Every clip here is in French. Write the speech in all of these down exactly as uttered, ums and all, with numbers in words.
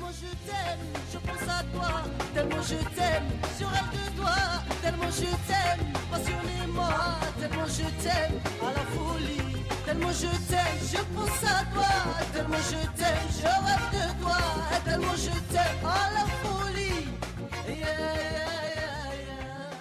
tellement je t'aime, je pense à toi, tellement je t'aime, je rêve de toi, tellement je t'aime, passionnément, tellement je t'aime, à la folie, tellement je t'aime, je pense à toi, tellement je t'aime, je rêve de toi, tellement je t'aime, à la folie. Yeah, yeah, yeah, yeah.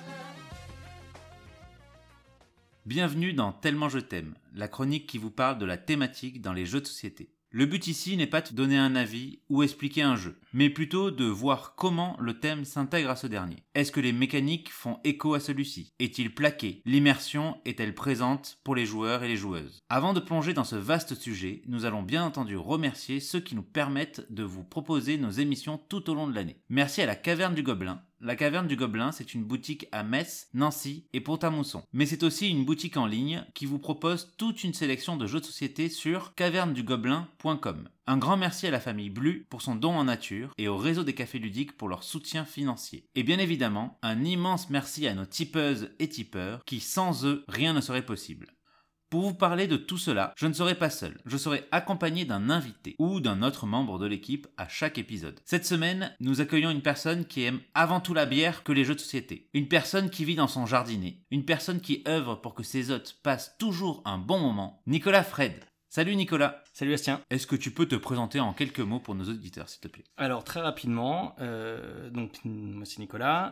Bienvenue dans Tellement je t'aime, la chronique qui vous parle de la thématique dans les jeux de société. Le but ici n'est pas de donner un avis ou expliquer un jeu, mais plutôt de voir comment le thème s'intègre à ce dernier. Est-ce que les mécaniques font écho à celui-ci ? Est-il plaqué ? L'immersion est-elle présente pour les joueurs et les joueuses ? Avant de plonger dans ce vaste sujet, nous allons bien entendu remercier ceux qui nous permettent de vous proposer nos émissions tout au long de l'année. Merci à la Caverne du Gobelin. La Caverne du Gobelin, c'est une boutique à Metz, Nancy et Pont-à-Mousson. Mais c'est aussi une boutique en ligne qui vous propose toute une sélection de jeux de société sur caverne du gobelin point com. Un grand merci à la famille Blu pour son don en nature et au réseau des cafés ludiques pour leur soutien financier. Et bien évidemment, un immense merci à nos tipeuses et tipeurs qui, sans eux, rien ne serait possible. Pour vous parler de tout cela, je ne serai pas seul, je serai accompagné d'un invité ou d'un autre membre de l'équipe à chaque épisode. Cette semaine, nous accueillons une personne qui aime avant tout la bière que les jeux de société, une personne qui vit dans son jardinet, une personne qui œuvre pour que ses hôtes passent toujours un bon moment, Nicolas Fred. Salut Nicolas. Salut Bastien. Est-ce que tu peux te présenter en quelques mots pour nos auditeurs, s'il te plaît ? Alors très rapidement, euh, donc moi c'est Nicolas,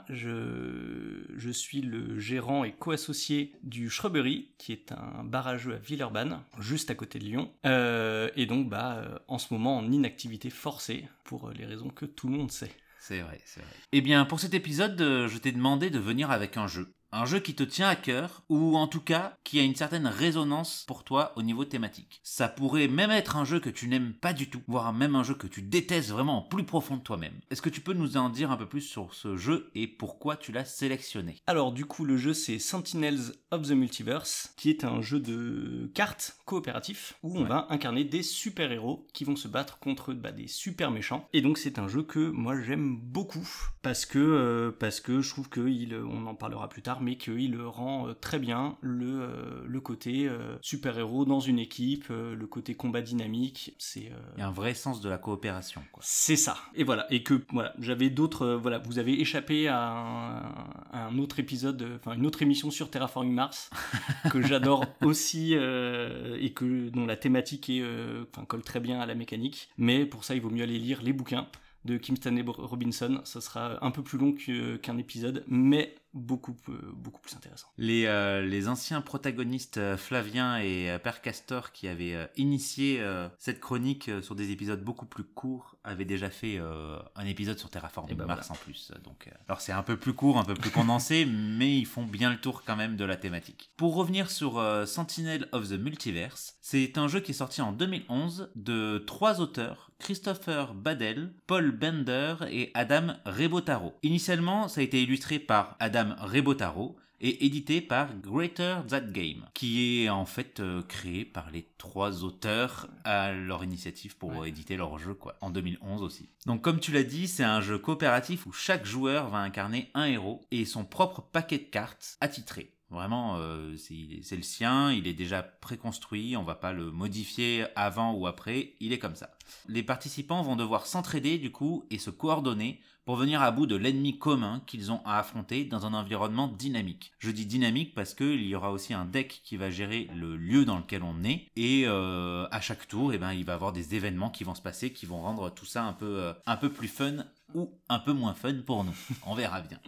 je, je suis le gérant et co-associé du Shrubbery, qui est un bar à jeux à Villeurbanne, juste à côté de Lyon, euh, et donc bah euh, en ce moment en inactivité forcée, pour les raisons que tout le monde sait. C'est vrai, c'est vrai. Eh bien, pour cet épisode, euh, je t'ai demandé de venir avec un jeu. Un jeu qui te tient à cœur, ou en tout cas, qui a une certaine résonance pour toi au niveau thématique. Ça pourrait même être un jeu que tu n'aimes pas du tout, voire même un jeu que tu détestes vraiment au plus profond de toi-même. Est-ce que tu peux nous en dire un peu plus sur ce jeu et pourquoi tu l'as sélectionné ? Alors du coup, le jeu c'est Sentinels of the Multiverse, qui est un jeu de cartes coopératif, où on Ouais. va incarner des super-héros qui vont se battre contre bah, des super méchants. Et donc c'est un jeu que moi j'aime beaucoup, parce que, euh, parce que je trouve qu'il, on en parlera plus tard, mais qu'il rend euh, très bien le, euh, le côté euh, super-héros dans une équipe, euh, le côté combat dynamique, c'est... Euh... Il y a un vrai sens de la coopération, quoi. C'est ça. Et voilà. Et que, voilà, j'avais d'autres, euh, voilà, vous avez échappé à un, à un autre épisode, euh, enfin, une autre émission sur Terraforming Mars, que j'adore aussi, euh, et que, dont la thématique est, euh, enfin, colle très bien à la mécanique. Mais pour ça, il vaut mieux aller lire les bouquins de Kim Stanley Robinson. Ça sera un peu plus long que, qu'un épisode, mais beaucoup, euh, beaucoup plus intéressant. Les, euh, les anciens protagonistes euh, Flavien et euh, Père Castor qui avaient euh, initié euh, cette chronique euh, sur des épisodes beaucoup plus courts avaient déjà fait euh, un épisode sur Terraforming ben Mars voilà. en plus. Donc, euh, alors c'est un peu plus court, un peu plus condensé, mais ils font bien le tour quand même de la thématique. Pour revenir sur euh, Sentinel of the Multiverse, c'est un jeu qui est sorti en deux mille onze de trois auteurs, Christopher Badel, Paul Bender et Adam Rebotaro. Initialement, ça a été illustré par Adam Rebotaro et édité par Greater That Game, qui est en fait euh, créé par les trois auteurs à leur initiative pour ouais. éditer leur jeu, quoi, en deux mille onze aussi. Donc comme tu l'as dit, c'est un jeu coopératif où chaque joueur va incarner un héros et son propre paquet de cartes attitré. Vraiment, euh, c'est, c'est le sien, il est déjà préconstruit, on va pas le modifier avant ou après, il est comme ça. Les participants vont devoir s'entraider du coup et se coordonner pour venir à bout de l'ennemi commun qu'ils ont à affronter dans un environnement dynamique. Je dis dynamique parce qu'il y aura aussi un deck qui va gérer le lieu dans lequel on est et euh, à chaque tour, eh ben, il va y avoir des événements qui vont se passer qui vont rendre tout ça un peu, euh, un peu plus fun ou un peu moins fun pour nous. On verra bien.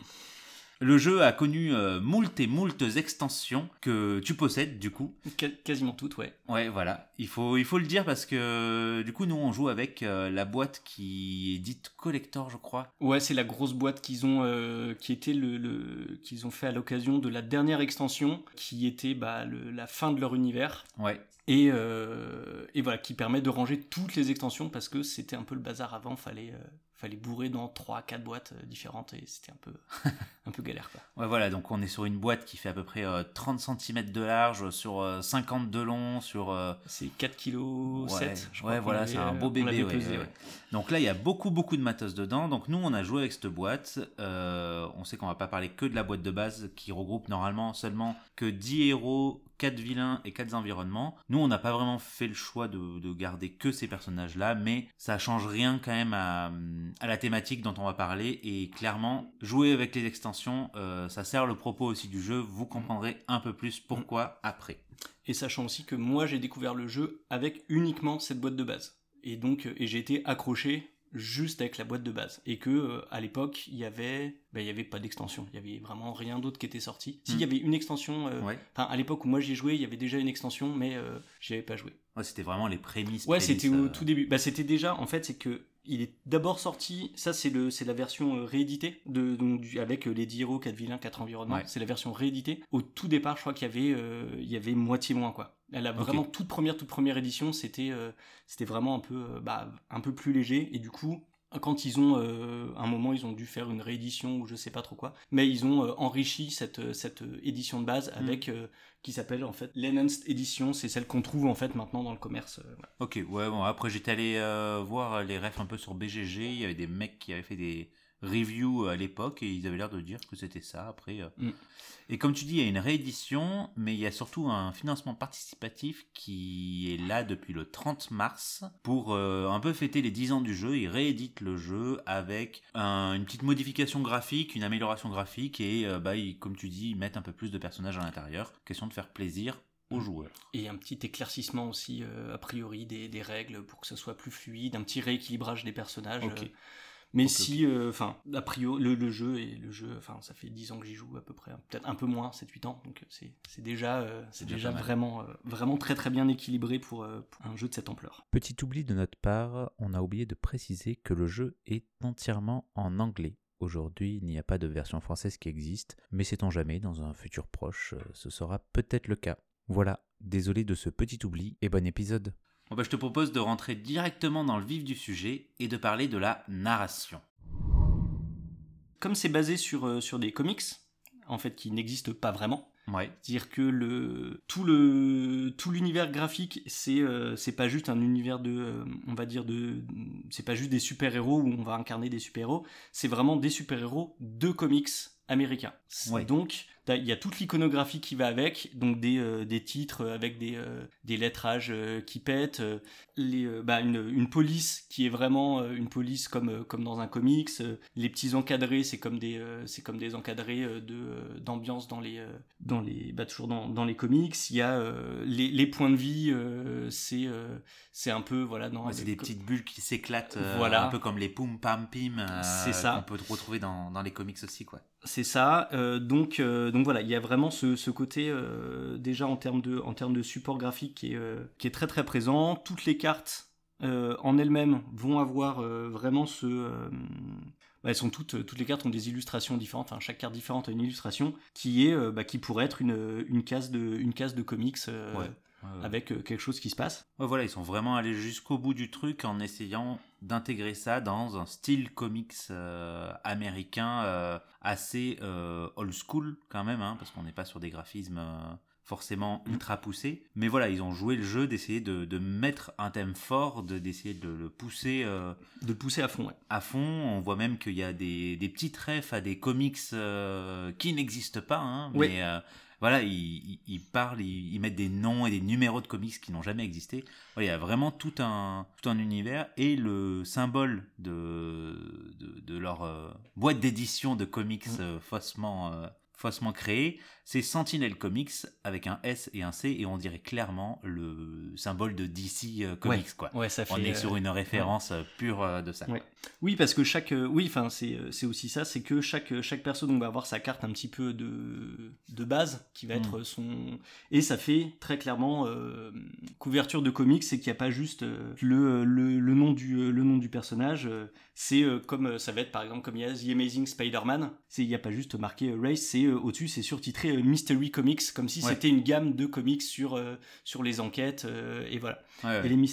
Le jeu a connu euh, moult et moult extensions que tu possèdes du coup. Qu- quasiment toutes, ouais. Ouais, voilà. Il faut, il faut le dire parce que du coup, nous, on joue avec euh, la boîte qui est dite Collector, je crois. Ouais, c'est la grosse boîte qu'ils ont, euh, qui était le, le, qu'ils ont fait à l'occasion de la dernière extension, qui était bah, le, la fin de leur univers. Ouais. Et, euh, et voilà, qui permet de ranger toutes les extensions parce que c'était un peu le bazar avant, fallait... Euh... fallait bourrer dans trois quatre boîtes différentes et c'était un peu un peu galère quoi. Ouais voilà, donc on est sur une boîte qui fait à peu près euh, trente centimètres de large sur euh, cinquante de long sur euh... c'est quatre virgule sept ouais, kilos je crois. Ouais, voilà, avait, c'est un beau bébé ouais, pesé, ouais. ouais. Donc là, il y a beaucoup, beaucoup de matos dedans. Donc nous, on a joué avec cette boîte. Euh, on sait qu'on va pas parler que de la boîte de base qui regroupe normalement seulement que dix héros, quatre vilains et quatre environnements. Nous, on n'a pas vraiment fait le choix de, de garder que ces personnages-là, mais ça change rien quand même à, à la thématique dont on va parler. Et clairement, jouer avec les extensions, euh, ça sert le propos aussi du jeu. Vous comprendrez un peu plus pourquoi après. Et sachant aussi que moi, j'ai découvert le jeu avec uniquement cette boîte de base. Et donc, et j'ai été accroché juste avec la boîte de base. Et que, euh, à l'époque, il y avait, ben, il y avait pas d'extension. Il y avait vraiment rien d'autre qui était sorti. S'il mmh. y avait une extension, euh, ouais. à l'époque où moi j'y ai joué, il y avait déjà une extension, mais euh, j'y avais pas joué. Ouais, c'était vraiment les prémices. Ouais, prémices, c'était au euh... tout début. Bah, c'était déjà, en fait, c'est que il est d'abord sorti, ça c'est, le, c'est la version euh, rééditée, de, donc, du, avec euh, les dix héros, quatre vilains, quatre environnements. Ouais. C'est la version rééditée. Au tout départ, je crois qu'il y avait, euh, il y avait moitié moins, quoi. La vraiment okay. toute première, toute première édition, c'était, euh, c'était vraiment un peu, euh, bah, un peu plus léger. Et du coup, quand ils ont, euh, un moment, ils ont dû faire une réédition ou je sais pas trop quoi, mais ils ont euh, enrichi cette, cette édition de base avec, mm. euh, qui s'appelle en fait l'Enhanced Edition, c'est celle qu'on trouve en fait maintenant dans le commerce. Euh, ouais. Ok, ouais, bon, après j'étais allé euh, voir les refs un peu sur B G G, il y avait des mecs qui avaient fait des reviews à l'époque et ils avaient l'air de dire que c'était ça après. Euh... Mm. Et comme tu dis, il y a une réédition, mais il y a surtout un financement participatif qui est là depuis le trente mars pour euh, un peu fêter les dix ans du jeu. Ils rééditent le jeu avec un, une petite modification graphique, une amélioration graphique et euh, bah, ils, comme tu dis, ils mettent un peu plus de personnages à l'intérieur. Question de faire plaisir aux joueurs. Et un petit éclaircissement aussi, euh, a priori, des, des règles pour que ce soit plus fluide, un petit rééquilibrage des personnages. Ok. Euh, Mais okay, si, enfin, okay. euh, a priori, le, le jeu, et le jeu, enfin, ça fait dix ans que j'y joue à peu près, peut-être un peu moins, sept huit ans, donc c'est, c'est déjà, euh, c'est, c'est déjà, déjà vraiment, euh, vraiment très très bien équilibré pour, euh, pour un jeu de cette ampleur. Petit oubli de notre part, on a oublié de préciser que le jeu est entièrement en anglais. Aujourd'hui, il n'y a pas de version française qui existe, mais sait-on jamais, dans un futur proche, ce sera peut-être le cas. Voilà, désolé de ce petit oubli, et bon épisode. Bon bah, je te propose de rentrer directement dans le vif du sujet et de parler de la narration. Comme c'est basé sur, euh, sur des comics, en fait, qui n'existent pas vraiment, ouais. c'est-à-dire que le, tout, le, tout l'univers graphique, c'est, euh, c'est pas juste un univers de, euh, on va dire, de, c'est pas juste des super-héros où on va incarner des super-héros, c'est vraiment des super-héros de comics américains. Ouais. Donc, il y a toute l'iconographie qui va avec, donc des, euh, des titres avec des, euh, des lettrages euh, qui pètent, euh, les, euh, bah une, une police qui est vraiment euh, une police comme, euh, comme dans un comics, euh, les petits encadrés, c'est comme des, euh, c'est comme des encadrés euh, de, euh, d'ambiance dans les, euh, dans les, bah, toujours dans, dans les comics. Il y a euh, les, les points de vie, euh, c'est, euh, c'est un peu, voilà, dans ouais, c'est des co- petites bulles qui s'éclatent, euh, voilà. un peu comme les poum pam pim, euh, c'est ça. qu'on peut retrouver dans, dans les comics aussi, quoi. C'est ça, euh, donc, euh, donc voilà, il y a vraiment ce, ce côté euh, déjà en termes de, en termes de support graphique qui est, euh, qui est très très présent. Toutes les cartes euh, en elles-mêmes vont avoir euh, vraiment ce... Euh, bah, elles sont toutes, toutes les cartes ont des illustrations différentes, enfin, chaque carte différente a une illustration qui, est, euh, bah, qui pourrait être une, une, case, de, une case de comics euh, ouais. Ouais. Avec euh, quelque chose qui se passe. Ouais, voilà, ils sont vraiment allés jusqu'au bout du truc en essayant d'intégrer ça dans un style comics euh, américain euh, assez euh, old school quand même, hein, parce qu'on n'est pas sur des graphismes euh, forcément ultra poussés. Mais voilà, ils ont joué le jeu d'essayer de, de mettre un thème fort, de, d'essayer de le pousser... Euh, de le pousser à fond, ouais. À fond, on voit même qu'il y a des, des petites refs à des comics euh, qui n'existent pas, hein, mais... Ouais. Euh, Voilà, ils, ils, ils parlent, ils, ils mettent des noms et des numéros de comics qui n'ont jamais existé. Ouais, il y a vraiment tout un, tout un univers. Et le symbole de, de, de leur euh, boîte d'édition de comics euh, faussement, euh, faussement créée, c'est Sentinel Comics avec un S et un C. Et on dirait clairement le symbole de D C euh, Comics. Ouais, quoi. Ouais, ça fait, on est sur une référence ouais. pure euh, de ça. Ouais. Oui, parce que chaque... Euh, oui, enfin, c'est, c'est aussi ça, c'est que chaque, chaque perso donc, va avoir sa carte un petit peu de, de base, qui va être mmh. son... Et ça fait très clairement euh, couverture de comics, c'est qu'il n'y a pas juste euh, le, le, le, nom du, euh, le nom du personnage, euh, c'est euh, comme... Ça va être par exemple comme il y a The Amazing Spider-Man, c'est, il n'y a pas juste marqué euh, Race, c'est euh, au-dessus, c'est surtitré euh, Mystery Comics, comme si ouais. c'était une gamme de comics sur, euh, sur les enquêtes, euh, et voilà, ouais, ouais. et les mystères.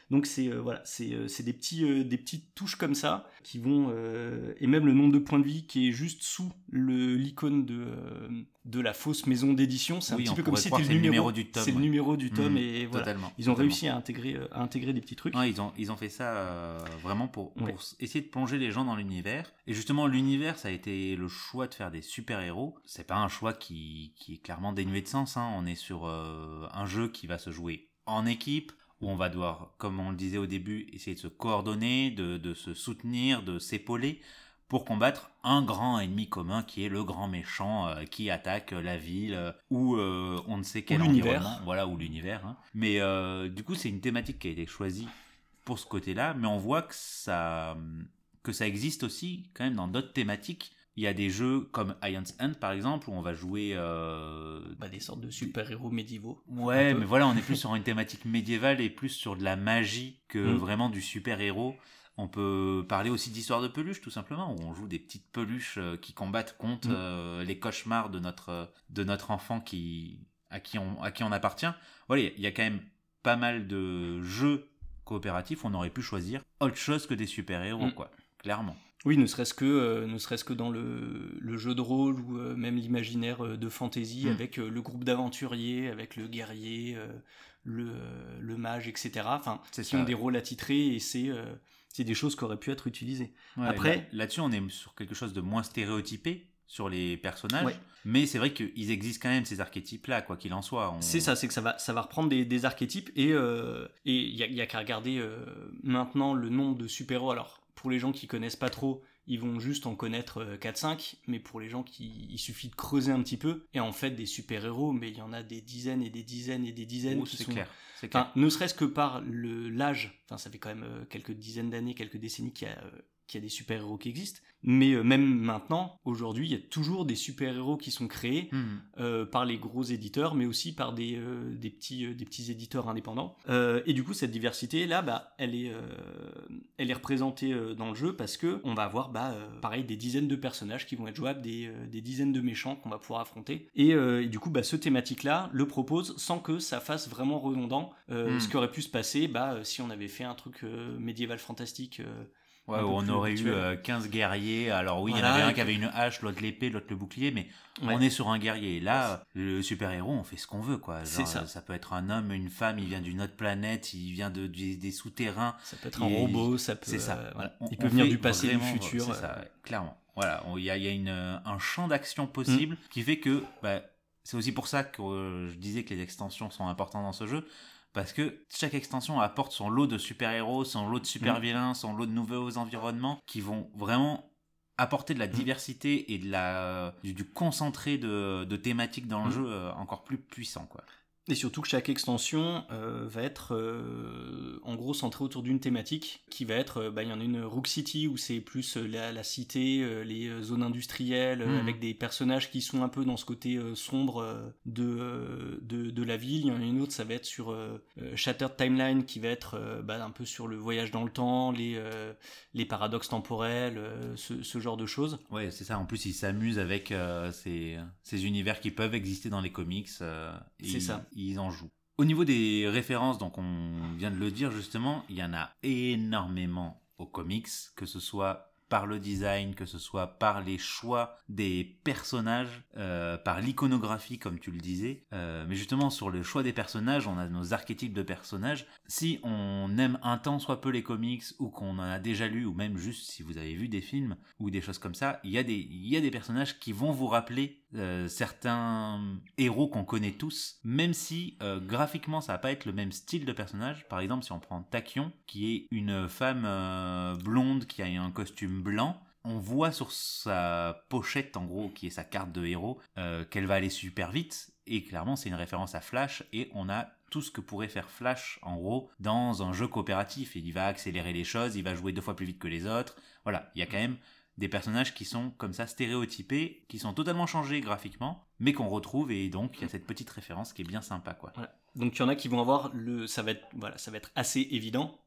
Donc c'est euh, voilà, c'est euh, c'est des petits euh, des petites touches comme ça qui vont euh, et même le nombre de points de vie qui est juste sous le l'icône de euh, de la fausse maison d'édition, c'est un Oui, petit on peu comme pourrait si croire c'était que le c'est le numéro, numéro du tome, c'est le ouais. numéro du tome Mmh, et voilà. totalement, Ils ont totalement. réussi à intégrer euh, à intégrer des petits trucs. Ouais, ils ont, ils ont fait ça euh, vraiment pour, pour Ouais. essayer de plonger les gens dans l'univers. Et justement, l'univers, ça a été le choix de faire des super-héros. C'est pas un choix qui, qui est clairement dénué de sens. Hein. On est sur euh, un jeu qui va se jouer en équipe, où on va devoir, comme on le disait au début, essayer de se coordonner, de, de se soutenir, de s'épauler pour combattre un grand ennemi commun qui est le grand méchant euh, qui attaque la ville euh, ou euh, on ne sait quel Ou l'univers. environnement, voilà, ou l'univers. Hein. Mais euh, du coup, c'est une thématique qui a été choisie pour ce côté-là, mais on voit que ça, que ça existe aussi quand même dans d'autres thématiques. Il y a des jeux comme Ion's End par exemple où on va jouer euh, Bah, des sortes de super-héros médiévaux. ouais, Un peu. mais voilà, on est plus sur une thématique médiévale et plus sur de la magie que Mm. vraiment du super-héros. On peut parler aussi d'histoire de peluche, tout simplement, où on joue des petites peluches euh, qui combattent contre Mm. euh, les cauchemars de notre, de notre enfant qui, à, qui on, à qui on appartient. Voilà, il y a quand même pas mal de jeux coopératifs où on aurait pu choisir autre chose que des super-héros, Mm. quoi, clairement. Oui, ne serait-ce que, euh, ne serait-ce que dans le, le jeu de rôle ou euh, même l'imaginaire euh, de fantasy Mm. avec euh, le groupe d'aventuriers, avec le guerrier, euh, le, euh, le mage, et cetera. Enfin, C'est qui ça, ont ouais. des rôles attitrés et c'est euh, c'est des choses qui auraient pu être utilisées. Ouais, Après- là- là-dessus, on est sur quelque chose de moins stéréotypé sur les personnages, Ouais. mais c'est vrai qu'ils existent quand même ces archétypes-là, quoi qu'il en soit. On- C'est ça, c'est que ça va, ça va reprendre des, des archétypes et euh, et il y a, y a qu'à regarder euh, maintenant le nombre de super-héros. Alors, pour les gens qui connaissent pas trop, ils vont juste en connaître euh, quatre cinq, mais pour les gens qui... Il suffit de creuser un petit peu, et en fait, des super-héros, mais il y en a des dizaines et des dizaines et des dizaines Oh, qui c'est sont... clair, c'est clair. Enfin, ne serait-ce que par le l'âge, enfin, ça fait quand même euh, quelques dizaines d'années, quelques décennies qu'il y a... euh, qu'il y a des super-héros qui existent, mais euh, même maintenant, aujourd'hui, il y a toujours des super-héros qui sont créés Mhm. euh, par les gros éditeurs, mais aussi par des, euh, des, petits, euh, des petits éditeurs indépendants. Euh, et du coup, cette diversité-là, bah, elle, est, euh, elle est représentée euh, dans le jeu parce que on va avoir, bah, euh, pareil, des dizaines de personnages qui vont être jouables, des, euh, des dizaines de méchants qu'on va pouvoir affronter. Et, euh, et du coup, bah, ce thématique-là le propose sans que ça fasse vraiment redondant. Euh, Mm. Ce qui aurait pu se passer, bah, euh, si on avait fait un truc euh, médiéval fantastique. Euh, Ouais, un peu on plus aurait eu habituel. euh, quinze guerriers. Alors oui, il y en Voilà, avait un et qui avait une hache, l'autre l'épée, l'autre le bouclier, mais Ouais. on est sur un guerrier. Là, le super-héros, on fait ce qu'on veut, quoi. Genre, C'est ça. euh, ça peut être un homme, une femme, il vient d'une autre planète, il vient de, du- des souterrains. Ça peut être un Il- robot, ça peut. C'est ça. euh, voilà. On- Il on peut venir fait du passé, vraiment- du futur. C'est euh, ça, ouais, clairement. Voilà, on- il y a, il y a une, euh, un champ d'action possible qui fait que bah, c'est aussi pour ça que euh, je disais que les extensions sont importantes dans ce jeu. Parce que chaque extension apporte son lot de super-héros, son lot de super-vilains, son lot de nouveaux environnements qui vont vraiment apporter de la diversité et de la, du, du concentré de, de thématiques dans le Mm. jeu euh, encore plus puissant, quoi. Et surtout que chaque extension euh, va être euh, en gros centrée autour d'une thématique qui va être, euh, bah, il y en a une Rook City où c'est plus euh, la, la cité, euh, les euh, zones industrielles, euh, Mhm. avec des personnages qui sont un peu dans ce côté euh, sombre euh, de, euh, de, de la ville. Il y en a une autre, ça va être sur euh, euh, Shattered Timeline qui va être euh, bah, un peu sur le voyage dans le temps, les, euh, les paradoxes temporels, euh, ce, ce genre de choses. Ouais, c'est ça. En plus, ils s'amusent avec euh, ces, ces univers qui peuvent exister dans les comics. euh, et C'est ils- ça. Ils en jouent. Au niveau des références, donc on vient de le dire justement, il y en a énormément aux comics, que ce soit par le design, que ce soit par les choix des personnages, euh, par l'iconographie comme tu le disais. Euh, mais justement sur le choix des personnages, on a nos archétypes de personnages. Si on aime un tant soit peu les comics ou qu'on en a déjà lu, ou même juste si vous avez vu des films ou des choses comme ça, il y a des, il y a des personnages qui vont vous rappeler euh, certains héros qu'on connaît tous, même si euh, graphiquement ça va pas être le même style de personnage. Par exemple, si on prend Tachyon, qui est une femme euh, blonde qui a un costume blanc, on voit sur sa pochette, en gros, qui est sa carte de héros, euh, qu'elle va aller super vite, et clairement c'est une référence à Flash, et on a tout ce que pourrait faire Flash, en gros, dans un jeu coopératif. Il va accélérer les choses, il va jouer deux fois plus vite que les autres. Voilà, il y a quand même des personnages qui sont comme ça stéréotypés, qui sont totalement changés graphiquement, mais qu'on retrouve, et donc il y a cette petite référence qui est bien sympa, quoi. Voilà. Donc il y en a qui vont avoir le, ça va être, voilà, ça va être assez évident.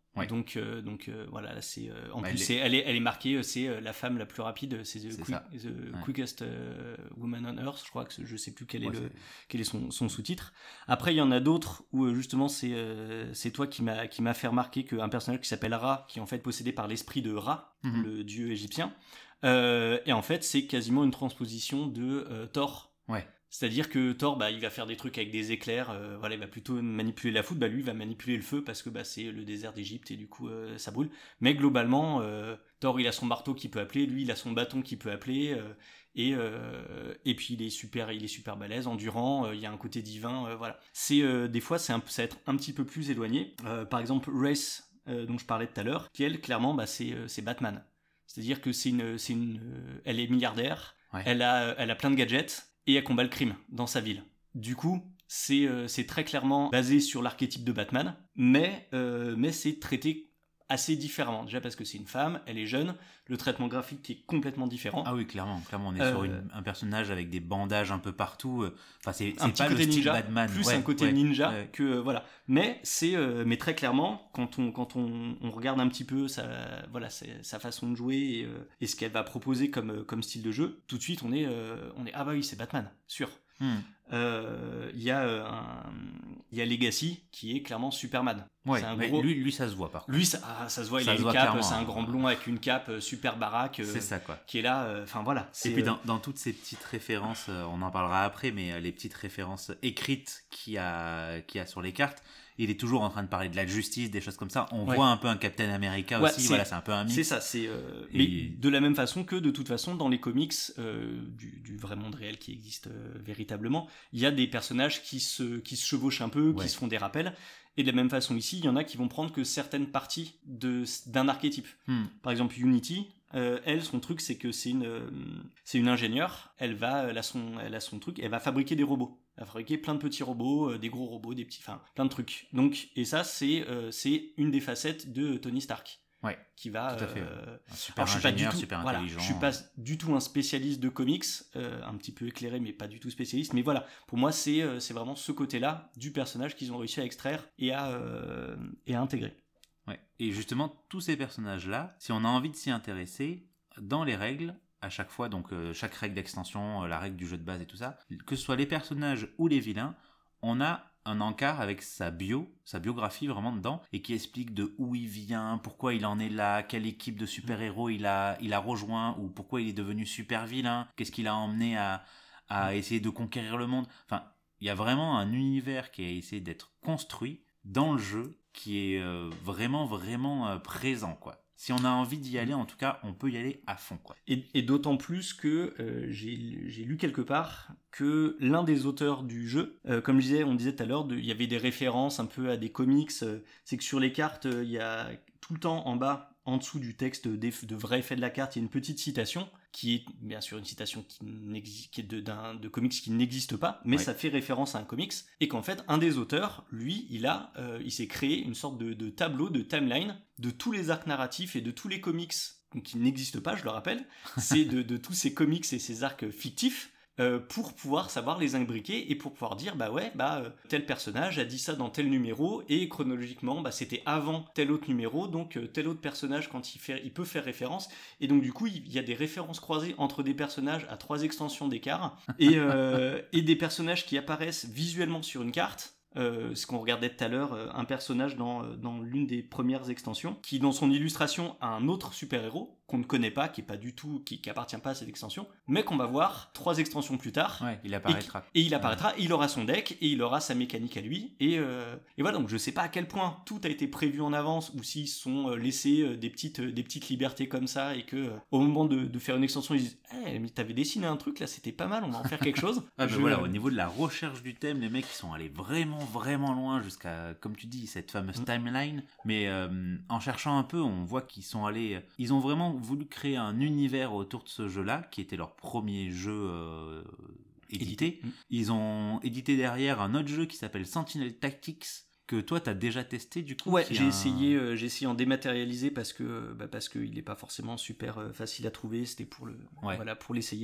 Ouais. Donc, euh, donc euh, voilà, là, c'est, euh, en Bah, plus, elle est- c'est, elle, est, elle est marquée, euh, c'est euh, la femme la plus rapide, c'est The, C'est quick- ça. the Ouais. Quickest euh, Woman on Earth, je crois que c'est- je sais plus quel est, Ouais, le, c'est- quel est son, son sous-titre. Après, il y en a d'autres où euh, justement, c'est, euh, c'est toi qui m'a, qui m'a fait remarquer qu'un personnage qui s'appelle Ra, qui est en fait possédé par l'esprit de Ra, Mhm. le dieu égyptien, euh, et en fait, c'est quasiment une transposition de euh, Thor. Ouais. C'est-à-dire que Thor, bah, il va faire des trucs avec des éclairs, euh, voilà, il va plutôt manipuler la foudre, bah, lui, il va manipuler le feu parce que bah, c'est le désert d'Égypte et du coup, euh, ça brûle. Mais globalement, euh, Thor, il a son marteau qui peut appeler, lui, il a son bâton qui peut appeler, euh, et, euh, et puis il est super, il est super balèze, endurant, euh, il y a un côté divin, euh, voilà. C'est, euh, des fois, c'est un, ça va être un petit peu plus éloigné. Euh, par exemple, Race, euh, dont je parlais tout à l'heure, qui elle, clairement, bah, c'est, euh, c'est Batman. C'est-à-dire que c'est une, c'est une, euh, elle est milliardaire, Ouais. elle a, elle a plein de gadgets, et elle combat le crime dans sa ville. Du coup, c'est, euh, c'est très clairement basé sur l'archétype de Batman, mais, euh, mais c'est traité assez différemment. Déjà parce que c'est une femme, elle est jeune, le traitement graphique est complètement différent. Ah oui, clairement, clairement, on est Euh, sur une- un personnage avec des bandages un peu partout. euh, Enfin, c'est, un c'est petit pas côté le style ninja, Batman. plus Ouais, un côté ouais, ninja ouais. que euh, voilà. Mais c'est, euh, mais très clairement, quand on quand on, on regarde un petit peu sa voilà sa, sa façon de jouer et, euh, et ce qu'elle va proposer comme euh, comme style de jeu, tout de suite on est euh, on est ah bah oui c'est Batman, sûr. Hmm. Euh, Il y a euh, un il y a Legacy qui est clairement Superman. Ouais, C'est un mais gros- lui, lui, ça se voit par contre. Lui, ça, ah, ça se voit, il Ça a se une voit cape, clairement, c'est un hein. grand blond avec une cape euh, super baraque, euh, C'est ça, quoi. qui est là, euh, enfin voilà. c'est, Et puis euh, dans, dans toutes ces petites références, euh, on en parlera après, mais euh, les petites références écrites qu'il y a, qu'il y a sur les cartes, il est toujours en train de parler de la justice, des choses comme ça. On Ouais. voit un peu un Captain America Ouais, aussi, c'est- voilà, c'est un peu un mix. c'est ça, c'est. euh, Et- Mais de la même façon que, de toute façon, dans les comics euh, du, du vrai monde réel qui existe euh, véritablement, il y a des personnages qui se, qui se chevauchent un peu, Ouais. qui se font des rappels. Et de la même façon ici, il y en a qui vont prendre que certaines parties de, d'un archétype. Hmm. Par exemple, Unity, euh, elle, son truc, c'est que c'est une, euh, c'est une ingénieure. Elle va, elle a son, elle a son truc. Elle va fabriquer des robots. Elle va fabriquer plein de petits robots, euh, des gros robots, des petits, enfin, plein de trucs. Donc, et ça, c'est, euh, c'est une des facettes de Tony Stark. Ouais, Qui va. tout à fait. euh, Un super alors, je suis pas du ingénieur, tout, super voilà, intelligent. je suis pas du tout un spécialiste de comics, euh, un petit peu éclairé, mais pas du tout spécialiste. Mais voilà, pour moi, c'est, euh, c'est vraiment ce côté-là du personnage qu'ils ont réussi à extraire et à, euh, et à intégrer. Ouais. Et justement, tous ces personnages-là, si on a envie de s'y intéresser, dans les règles, à chaque fois, donc euh, chaque règle d'extension, euh, la règle du jeu de base et tout ça, que ce soit les personnages ou les vilains, on a un encart avec sa bio, sa biographie vraiment dedans, et qui explique de où il vient, pourquoi il en est là, quelle équipe de super-héros il a, il a rejoint, ou pourquoi il est devenu super vilain, qu'est-ce qui l'a emmené à, à essayer de conquérir le monde. Enfin, il y a vraiment un univers qui a essayé d'être construit dans le jeu, qui est euh, vraiment, vraiment euh, présent, quoi. Si on a envie d'y aller, en tout cas, on peut y aller à fond, quoi. Et, et d'autant plus que euh, j'ai, j'ai lu quelque part que l'un des auteurs du jeu, euh, comme je disais, on disait tout à l'heure, de- il y avait des références un peu à des comics, euh, c'est que sur les cartes, euh, il y a tout le temps en bas, en dessous du texte des, de vrais faits de la carte, il y a une petite citation, qui est bien sûr une citation qui, n'existe, qui est de, d'un, de comics qui n'existe pas, mais Ouais. ça fait référence à un comics, et qu'en fait, un des auteurs, lui, il a, euh, il s'est créé une sorte de, de tableau, de timeline, de tous les arcs narratifs et de tous les comics qui n'existent pas, je le rappelle, c'est de, de tous ces comics et ces arcs fictifs, euh, pour pouvoir savoir les imbriquer et pour pouvoir dire bah ouais bah euh, tel personnage a dit ça dans tel numéro et chronologiquement bah c'était avant tel autre numéro, donc euh, tel autre personnage quand il fait il peut faire référence, et donc du coup il y a des références croisées entre des personnages à trois extensions d'écart et euh, et des personnages qui apparaissent visuellement sur une carte. Euh, ce qu'on regardait tout à l'heure, euh, un personnage dans, euh, dans l'une des premières extensions, qui dans son illustration a un autre super-héros qu'on ne connaît pas, qui est pas du tout, qui, qui appartient pas à cette extension, mais qu'on va voir trois extensions plus tard. Ouais, il Et, apparaîtra. et il apparaîtra, il aura son deck, et il aura sa mécanique à lui, et, euh, et voilà, donc je sais pas à quel point tout a été prévu en avance, ou s'ils sont euh, laissés euh, des, petites, euh, des petites libertés comme ça, et que euh, au moment de, de faire une extension, ils disent hey, mais t'avais dessiné un truc, là c'était pas mal, on va en faire quelque chose. Ah, mais Je- voilà, au niveau de la recherche du thème, les mecs ils sont allés vraiment vraiment loin jusqu'à, comme tu dis, cette fameuse Mm. timeline. Mais euh, en cherchant un peu, on voit qu'ils sont allés, ils ont vraiment voulu créer un univers autour de ce jeu-là, qui était leur premier jeu euh, édité. Édité. Mm. Ils ont édité derrière un autre jeu qui s'appelle Sentinel Tactics, que toi t'as déjà testé du coup. Ouais, qui j'ai est un- essayé, euh, j'ai essayé en dématérialisé parce que bah, parce qu'il n'est pas forcément super euh, facile à trouver. C'était pour le Ouais. voilà pour l'essayer.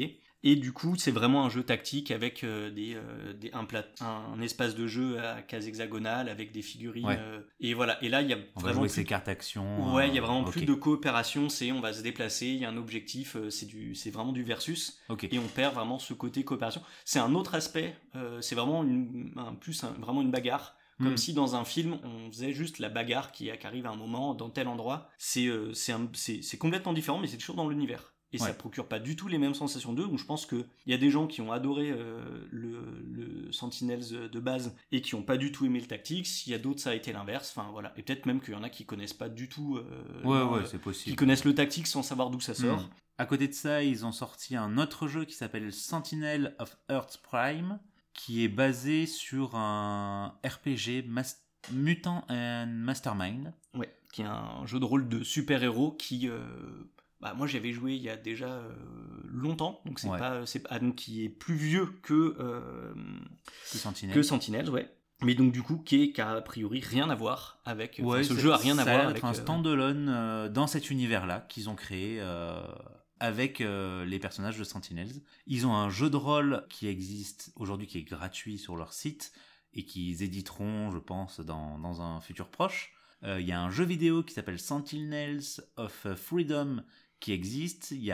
Et du coup, c'est vraiment un jeu tactique avec euh, des, euh, des, un, plat, un, un espace de jeu à case hexagonale avec des figurines. Ouais. Euh, et voilà. Et là, il y a On vraiment va jouer plus... ses cartes actions. Ouais, il y a euh, vraiment ok. plus de coopération. C'est on va se déplacer, il y a un objectif. Euh, c'est, du, c'est vraiment du versus. Ok. Et on perd vraiment ce côté coopération. C'est un autre aspect. Euh, c'est vraiment une, un, plus un, vraiment une bagarre. Comme Mm. si dans un film, on faisait juste la bagarre qui, qui arrive à un moment, dans tel endroit. C'est, euh, c'est, un, c'est, c'est complètement différent, mais c'est toujours dans l'univers. Et Ouais. ça procure pas du tout les mêmes sensations d'eux, où je pense qu'il y a des gens qui ont adoré euh, le, le Sentinels de base et qui ont pas du tout aimé le Tactics. Il y a d'autres, ça a été l'inverse. Enfin, voilà. Et peut-être même qu'il y en a qui connaissent pas du tout... Euh, Ouais, non, ouais, euh, c'est possible. qui connaissent le Tactics sans savoir d'où ça sort. Mm. À côté de ça, ils ont sorti un autre jeu qui s'appelle Sentinel of Earth Prime, qui est basé sur un R P G mas- Mutant and Mastermind. Ouais, qui est un jeu de rôle de super-héros qui... Euh, bah, moi, j'y avais joué il y a déjà euh, longtemps, donc c'est Ouais. pas... C'est, ah, donc qui est plus vieux que... Euh, Que Sentinel. que Sentinels, ouais. Mais donc du coup, qui, est, qui a a priori rien à voir avec... Ouais, ce c'est- jeu a rien à ça a voir l'air avec... d'être un euh, standalone euh, dans cet univers-là qu'ils ont créé euh, avec euh, les personnages de Sentinels. Ils ont un jeu de rôle qui existe aujourd'hui, qui est gratuit sur leur site et qu'ils éditeront, je pense, dans, dans un futur proche. Euh, Il y a un jeu vidéo qui s'appelle Sentinels of Freedom qui existe. Il y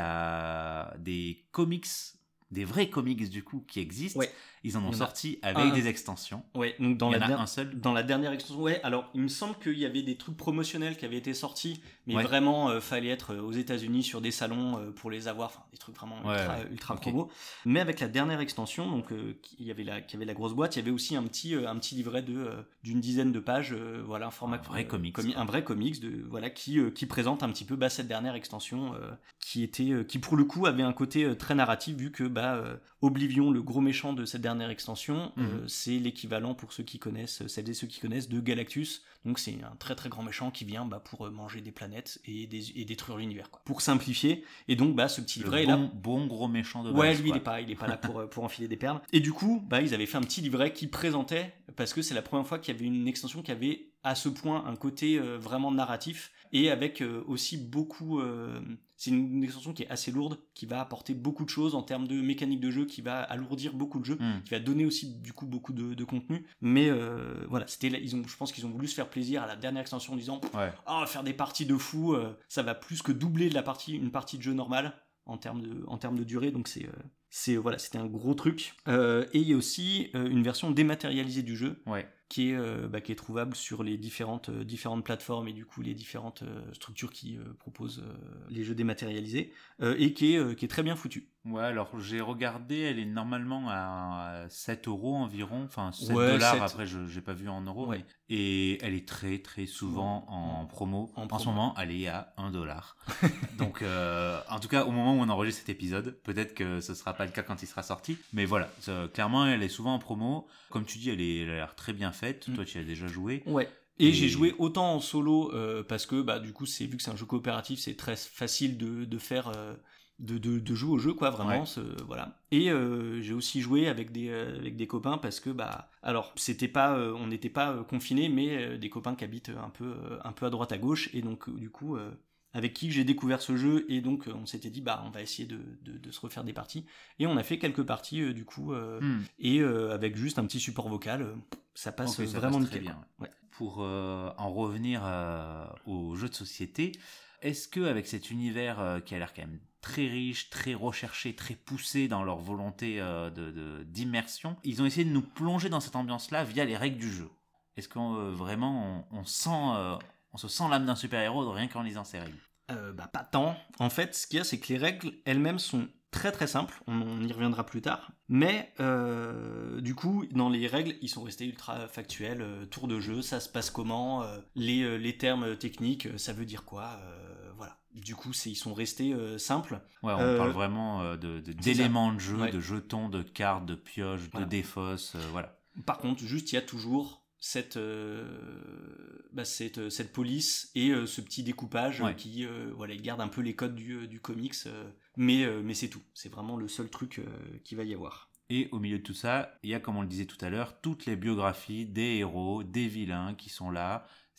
a des comics, des vrais comics du coup, qui existent. Ouais. Ils en ont Il y en a sorti avec un. des extensions. Ouais, donc dans Il y la, en a der- un seul. dans la dernière extension, ouais, alors il me semble qu'il y avait des trucs promotionnels qui avaient été sortis, mais Ouais. vraiment, euh, fallait être aux États-Unis sur des salons euh, pour les avoir, enfin des trucs vraiment Ouais, ultra, ouais. ultra Ok. promo. Mais avec la dernière extension, donc euh, qui- il y avait la, qui avait la grosse boîte, il y avait aussi un petit, euh, un petit livret de euh, d'une dizaine de pages, euh, voilà, un format Un vrai euh, comics, comi- quoi. un vrai comics de voilà qui euh, qui présente un petit peu bah, cette dernière extension euh, qui était, euh, qui pour le coup avait un côté euh, très narratif vu que bah euh, Oblivion, le gros méchant de cette dernière extension, Mhm. euh, c'est l'équivalent pour ceux qui connaissent, celles et ceux qui connaissent, de Galactus. Donc c'est un très très grand méchant qui vient bah, pour euh, manger des planètes et, des, et détruire l'univers, quoi. Pour simplifier. Et donc bah ce petit Le livret est bon, là. bon gros méchant de base. Ouais, lui, il quoi. est pas, il est pas là pour, euh, pour enfiler des perles. Et du coup, bah, ils avaient fait un petit livret qui présentait, parce que c'est la première fois qu'il y avait une extension qui avait à ce point un côté euh, vraiment narratif, et avec euh, aussi beaucoup... euh, c'est une, une extension qui est assez lourde, qui va apporter beaucoup de choses en termes de mécanique de jeu, qui va alourdir beaucoup de jeux, Mm. qui va donner aussi du coup beaucoup de, de contenu. Mais euh, voilà, c'était, là- ils ont, je pense qu'ils ont voulu se faire plaisir à la dernière extension en disant Ouais. « Ah, on va faire des parties de fou, euh, ça va plus que doubler de la partie, une partie de jeu normale. » en termes de, en termes de durée, donc c'est, euh, c'est voilà, c'était un gros truc. Euh, et il y a aussi euh, une version dématérialisée du jeu, Ouais. qui est, euh, bah, qui est trouvable sur les différentes, euh, différentes plateformes et du coup les différentes euh, structures qui euh, proposent euh, les jeux dématérialisés, euh, et qui est, euh, qui est très bien foutue. Ouais, alors j'ai regardé, elle est normalement à sept euros environ, enfin sept Ouais, dollars, sept. après je j'ai pas vu en euros, Ouais. mais- et elle est très très souvent en, En- promo. en En, promo. ce moment, elle est à un dollar. Donc, euh, en tout cas, au moment où on enregistre cet épisode, peut-être que ce sera pas le cas quand il sera sorti, mais voilà, ça, clairement, elle est souvent en promo. Comme tu dis, elle, est, elle a l'air très bien faite. Mm. Toi, tu y as déjà joué. Ouais. Et, Et- j'ai joué autant en solo euh, parce que bah du coup c'est vu que c'est un jeu coopératif, c'est très facile de, de faire euh, de, de, de jouer au jeu quoi vraiment Ouais. ce- voilà. Et euh, j'ai aussi joué avec des euh, avec des copains parce que bah alors c'était pas euh, on n'était pas euh, confinés mais euh, des copains qui habitent un peu euh, un peu à droite à gauche et donc euh, du coup euh, avec qui j'ai découvert ce jeu et donc euh, on s'était dit bah on va essayer de, de, de se refaire des parties et on a fait quelques parties euh, du coup euh, Hmm. et euh, avec juste un petit support vocal euh, ça passe Ok, ça vraiment passe très nickel, bien. quoi. Ouais. Pour euh, en revenir euh, aux jeux de société, est-ce que avec cet univers euh, qui a l'air quand même très riche, très recherché, très poussé dans leur volonté euh, de, de- d'immersion, ils ont essayé de nous plonger dans cette ambiance-là via les règles du jeu? Est-ce qu'on euh, vraiment on, on sent, euh, on se sent l'âme d'un super-héros rien qu'en lisant ces règles? Euh, bah, pas tant. En fait, ce qu'il y a, c'est que les règles elles-mêmes sont très très simples. On, on y reviendra plus tard. Mais euh, du coup, dans les règles, ils sont restés ultra factuels. Euh, tour de jeu, ça se passe comment euh, les, euh, les termes techniques, euh, ça veut dire quoi euh, Voilà. Du coup, c'est, ils sont restés euh, simples. Ouais, on Euh, parle vraiment euh, de, de- c'est d'éléments de jeu, Ouais. de jetons, de cartes, de pioches, Voilà. de défausses, euh, voilà. Par contre, juste, il y a toujours cette, euh, bah, cette, euh, cette police et euh, ce petit découpage euh, Ouais. qui euh, voilà, il garde un peu les codes du, euh, du comics, euh, mais, euh, mais c'est tout. C'est vraiment le seul truc euh, qu'il va y avoir. Et au milieu de tout ça, il y a, comme on le disait tout à l'heure, toutes les biographies des héros, des vilains qui sont là.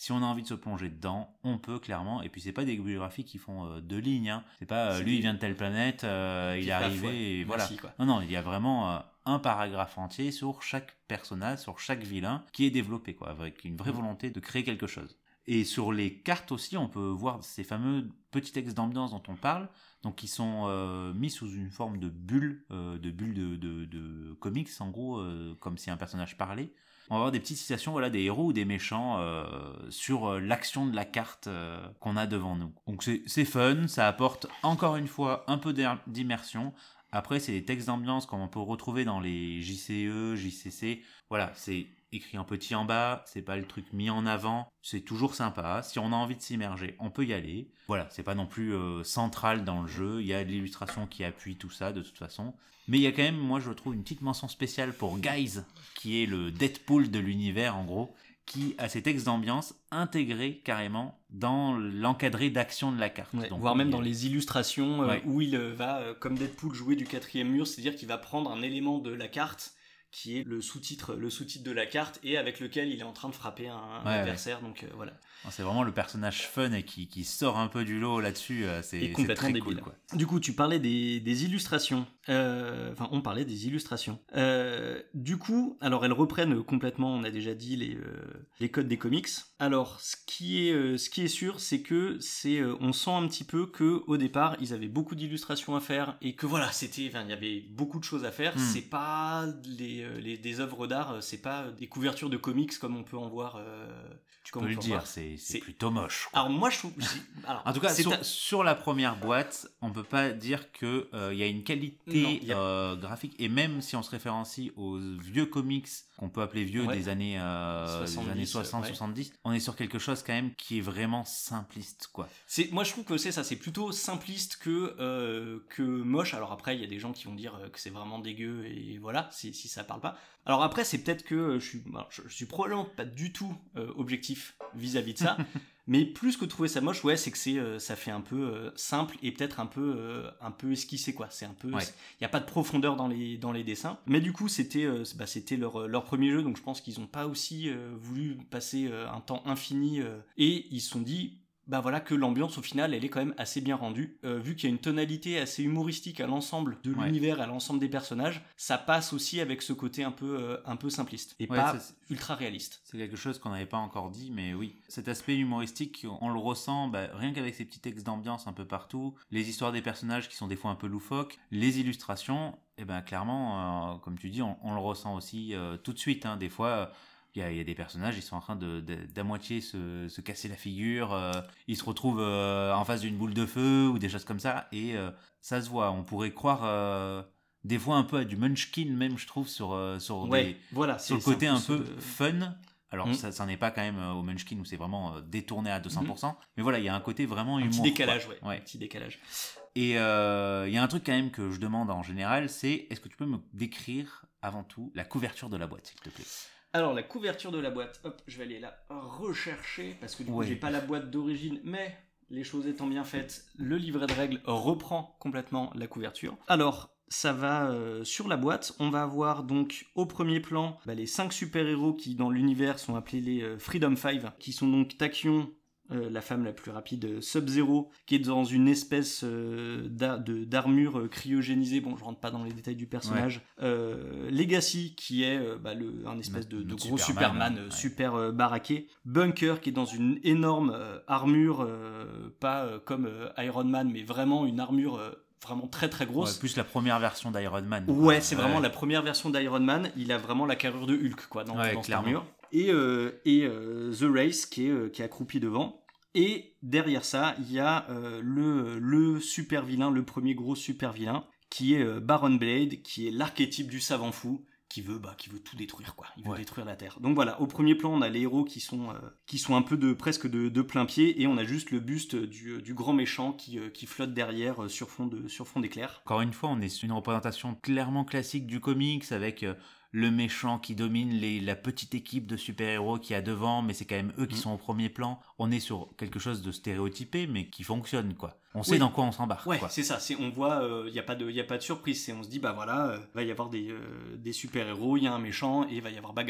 si on a envie de se plonger dedans, on peut clairement. Et puis c'est pas des biographies qui font euh, deux lignes, hein. C'est pas euh, C'est lui des... il vient de telle planète, euh, il est arrivé ouais. et Merci, voilà. quoi. Non non, il y a vraiment euh, un paragraphe entier sur chaque personnage, sur chaque vilain qui est développé, quoi, avec une vraie volonté de créer quelque chose. Et sur les cartes aussi, on peut voir ces fameux petits textes d'ambiance dont on parle, donc qui sont euh, mis sous une forme de bulle, euh, de bulle de, de, de comics, en gros, euh, comme si un personnage parlait. On va avoir des petites citations, voilà, des héros ou des méchants euh, sur euh, l'action de la carte euh, qu'on a devant nous. Donc c'est, c'est fun, ça apporte encore une fois un peu d'immersion. Après, c'est des textes d'ambiance comme on peut retrouver dans les J C E, J C C. Voilà, c'est écrit en petit en bas, c'est pas le truc mis en avant, c'est toujours sympa. Si on a envie de s'immerger, on peut y aller. Voilà, c'est pas non plus euh, central dans le jeu, il y a de l'illustration qui appuie tout ça de toute façon. Mais il y a quand même, moi je trouve, une petite mention spéciale pour Guise, qui est le Deadpool de l'univers en gros, qui a ses textes d'ambiance intégrés carrément dans l'encadré d'action de la carte. Ouais, Donc, voire même il... dans les illustrations euh, ouais. où il euh, va, euh, comme Deadpool, jouer du quatrième mur, c'est-à-dire qu'il va prendre un élément de la carte qui est le sous-titre, le sous-titre de la carte et avec lequel il est en train de frapper un, un ouais, adversaire. Ouais. Donc euh, voilà. C'est vraiment le personnage fun et qui, qui sort un peu du lot là-dessus. C'est, et complètement c'est très débile. Cool, quoi. Du coup, tu parlais des, des illustrations. Euh, enfin, on parlait des illustrations. Euh, du coup, alors elles reprennent complètement, on a déjà dit, les, euh, les codes des comics. Alors, ce qui est, euh, ce qui est sûr, c'est que c'est, euh, on sent un petit peu que au départ, ils avaient beaucoup d'illustrations à faire et que voilà, c'était, enfin, il y avait beaucoup de choses à faire. Mm. C'est pas les, les, des œuvres d'art, c'est pas des couvertures de comics comme on peut en voir. Euh, tu peux le dire, c'est, c'est, c'est plutôt moche. Quoi. Alors moi, je trouve. Alors, en tout cas, sur, ta... sur la première boîte, on peut pas dire que il euh, y a une qualité non, y a... euh, graphique, et même si on se référencie aux vieux comics qu'on peut appeler vieux ouais. des années euh, soixante-dix, des années soixante soixante-dix, ouais. on est sur quelque chose quand même qui est vraiment simpliste, quoi. C'est, moi, je trouve que c'est ça, c'est plutôt simpliste que euh, que moche. Alors après, il y a des gens qui vont dire que c'est vraiment dégueu et voilà, si, si ça parle pas. Alors après, c'est peut-être que je suis, alors je, je suis probablement pas du tout euh, objectif vis-à-vis de ça. Mais plus que trouver ça moche, ouais, c'est que c'est, euh, ça fait un peu euh, simple et peut-être un peu, euh, un peu esquissé, quoi. C'est un peu, il ouais. y a pas de profondeur dans les, dans les dessins. Mais du coup, c'était, euh, bah, c'était leur, leur premier jeu, donc je pense qu'ils ont pas aussi euh, voulu passer euh, un temps infini euh, et ils se sont dit. Bah voilà que l'ambiance au final elle est quand même assez bien rendue euh, vu qu'il y a une tonalité assez humoristique à l'ensemble de ouais. l'univers, à l'ensemble des personnages, ça passe aussi avec ce côté un peu euh, un peu simpliste et ouais, pas c'est, ultra réaliste. C'est quelque chose qu'on n'avait pas encore dit, mais oui, cet aspect humoristique on le ressent bah, rien qu'avec ces petits textes d'ambiance un peu partout, les histoires des personnages qui sont des fois un peu loufoques, les illustrations, et ben clairement euh, comme tu dis on, on le ressent aussi euh, tout de suite, hein, des fois euh, Il y, a, il y a des personnages, ils sont en train de, de, d'à moitié se, se casser la figure, euh, ils se retrouvent euh, en face d'une boule de feu ou des choses comme ça, et euh, ça se voit. On pourrait croire euh, des fois un peu à du Munchkin même, je trouve, sur, euh, sur, ouais, des, voilà, sur le côté un peu de... fun. Alors mmh. ça, ça n'est pas quand même au Munchkin où c'est vraiment euh, détourné à deux cents pour cent, mmh. mais voilà, il y a un côté vraiment humour. Un petit décalage, quoi. ouais. ouais. Un petit décalage. Et il euh, y a un truc quand même que je demande en général, c'est est-ce que tu peux me décrire avant tout la couverture de la boîte, s'il te plaît ? Alors la couverture de la boîte, hop, je vais aller la rechercher parce que du coup ouais. j'ai pas la boîte d'origine, mais les choses étant bien faites, le livret de règles reprend complètement la couverture. Alors ça va euh, sur la boîte, on va avoir donc au premier plan bah, les cinq super-héros qui dans l'univers sont appelés les euh, Freedom Five, qui sont donc Tachyon, Euh, la femme la plus rapide, Sub-Zero, qui est dans une espèce euh, d'a- de, d'armure euh, cryogénisée. Bon, je rentre pas dans les détails du personnage. Ouais. Euh, Legacy, qui est euh, bah, le, un espèce de, de gros Superman, Superman euh, ouais. super euh, baraqué. Bunker, qui est dans une énorme euh, armure, euh, pas euh, comme euh, Iron Man, mais vraiment une armure... Euh, vraiment très très grosse. Ouais, plus la première version d'Iron Man. Ouais, c'est ouais. vraiment la première version d'Iron Man. Il a vraiment la carrure de Hulk, quoi, dans, ouais, dans cette armure. Et, euh, et euh, The Race, qui est, euh, qui est accroupi devant. Et derrière ça, il y a euh, le, le super vilain, le premier gros super vilain, qui est euh, Baron Blade, qui est l'archétype du savant fou, qui veut, bah, qui veut tout détruire, quoi. Il veut ouais. détruire la Terre. Donc voilà, au premier plan, on a les héros qui sont, euh, qui sont un peu de, presque de, de plein pied, et on a juste le buste du, du grand méchant qui, euh, qui flotte derrière euh, sur fond de, sur fond d'éclair. Encore une fois, on est sur une représentation clairement classique du comics, avec... Euh... le méchant qui domine les, la petite équipe de super-héros qui a devant, mais c'est quand même eux qui mmh. sont au premier plan. On est sur quelque chose de stéréotypé, mais qui fonctionne, quoi. On sait oui. dans quoi on s'embarque. Ouais, quoi. c'est ça. C'est, on voit, il euh, n'y a pas de, y a pas de surprise. C'est, on se dit, bah voilà, il euh, va y avoir des, euh, des super-héros, il y a un méchant, et il va y avoir bagarre, quoi.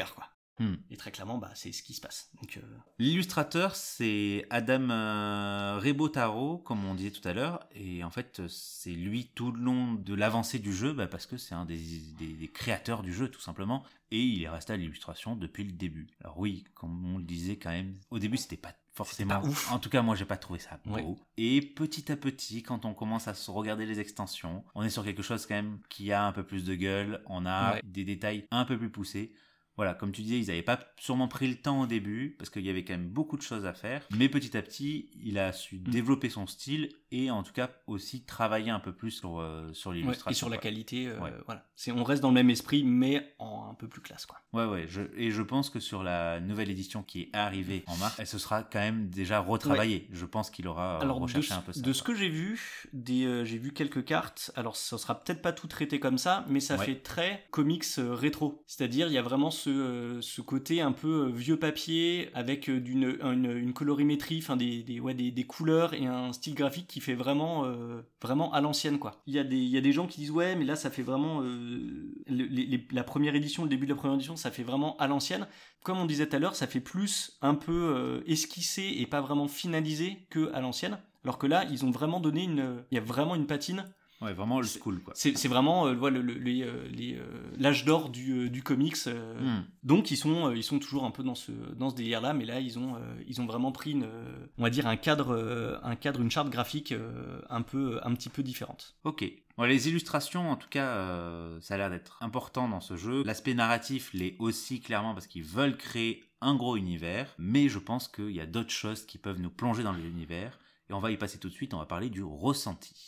Hmm. Et très clairement, bah, c'est ce qui se passe. Donc, euh... L'illustrateur, c'est Adam euh, Rebotaro, comme on disait tout à l'heure, et en fait, c'est lui tout le long de l'avancée du jeu, bah, parce que c'est un des, des, des créateurs du jeu, tout simplement, et il est resté à l'illustration depuis le début. Alors oui, comme on le disait quand même, au début, c'était pas forcément pas ouf. En tout cas, moi, j'ai pas trouvé ça beau. Ouais. Et petit à petit, quand on commence à se regarder les extensions, on est sur quelque chose quand même qui a un peu plus de gueule, on a Ouais. des détails un peu plus poussés. Voilà, comme tu disais, ils n'avaient pas sûrement pris le temps au début, parce qu'il y avait quand même beaucoup de choses à faire. Mais petit à petit, il a su Mm. développer son style et en tout cas aussi travailler un peu plus sur, euh, sur l'illustration. Ouais, et sur la quoi. qualité, euh, Ouais. voilà. C'est, on reste dans le même esprit, mais en un peu plus classe, quoi. Ouais, ouais. Je, et je pense que sur la nouvelle édition qui est arrivée en mars, elle se sera quand même déjà retravaillée. Je pense qu'il aura euh, Alors, de, recherché un peu ça. de ce que j'ai vu, des, euh, j'ai vu quelques cartes. Alors, ça sera peut-être pas tout traité comme ça, mais ça Ouais. fait très comics euh, rétro. C'est-à-dire, il y a vraiment ce, euh, ce côté un peu euh, vieux papier avec euh, d'une, une, une colorimétrie, enfin des, des, ouais, des, des couleurs et un style graphique qui fait vraiment, euh, vraiment à l'ancienne, quoi. Il y a des, il y a des gens qui disent ouais, mais là, ça fait vraiment euh, les, les, la première édition, le début de la première édition, ça fait vraiment à l'ancienne. Comme on disait tout à l'heure, ça fait plus un peu euh, esquissé et pas vraiment finalisé que à l'ancienne. Alors que là, ils ont vraiment donné une, il y a vraiment une patine. Ouais, vraiment old school, quoi. C'est, c'est vraiment euh, le, le, les, euh, les, euh, l'âge d'or du, euh, du comics. Euh, Hmm. Donc ils sont, euh, ils sont toujours un peu dans ce, dans ce délire-là, mais là ils ont, euh, ils ont vraiment pris une, euh, on va dire un cadre, euh, un cadre, une charte graphique euh, un peu, un petit peu différente. Ok. Bon, les illustrations, en tout cas, euh, ça a l'air d'être important dans ce jeu. L'aspect narratif l'est aussi clairement parce qu'ils veulent créer un gros univers, mais je pense qu'il y a d'autres choses qui peuvent nous plonger dans l'univers, et on va y passer tout de suite, on va parler du ressenti.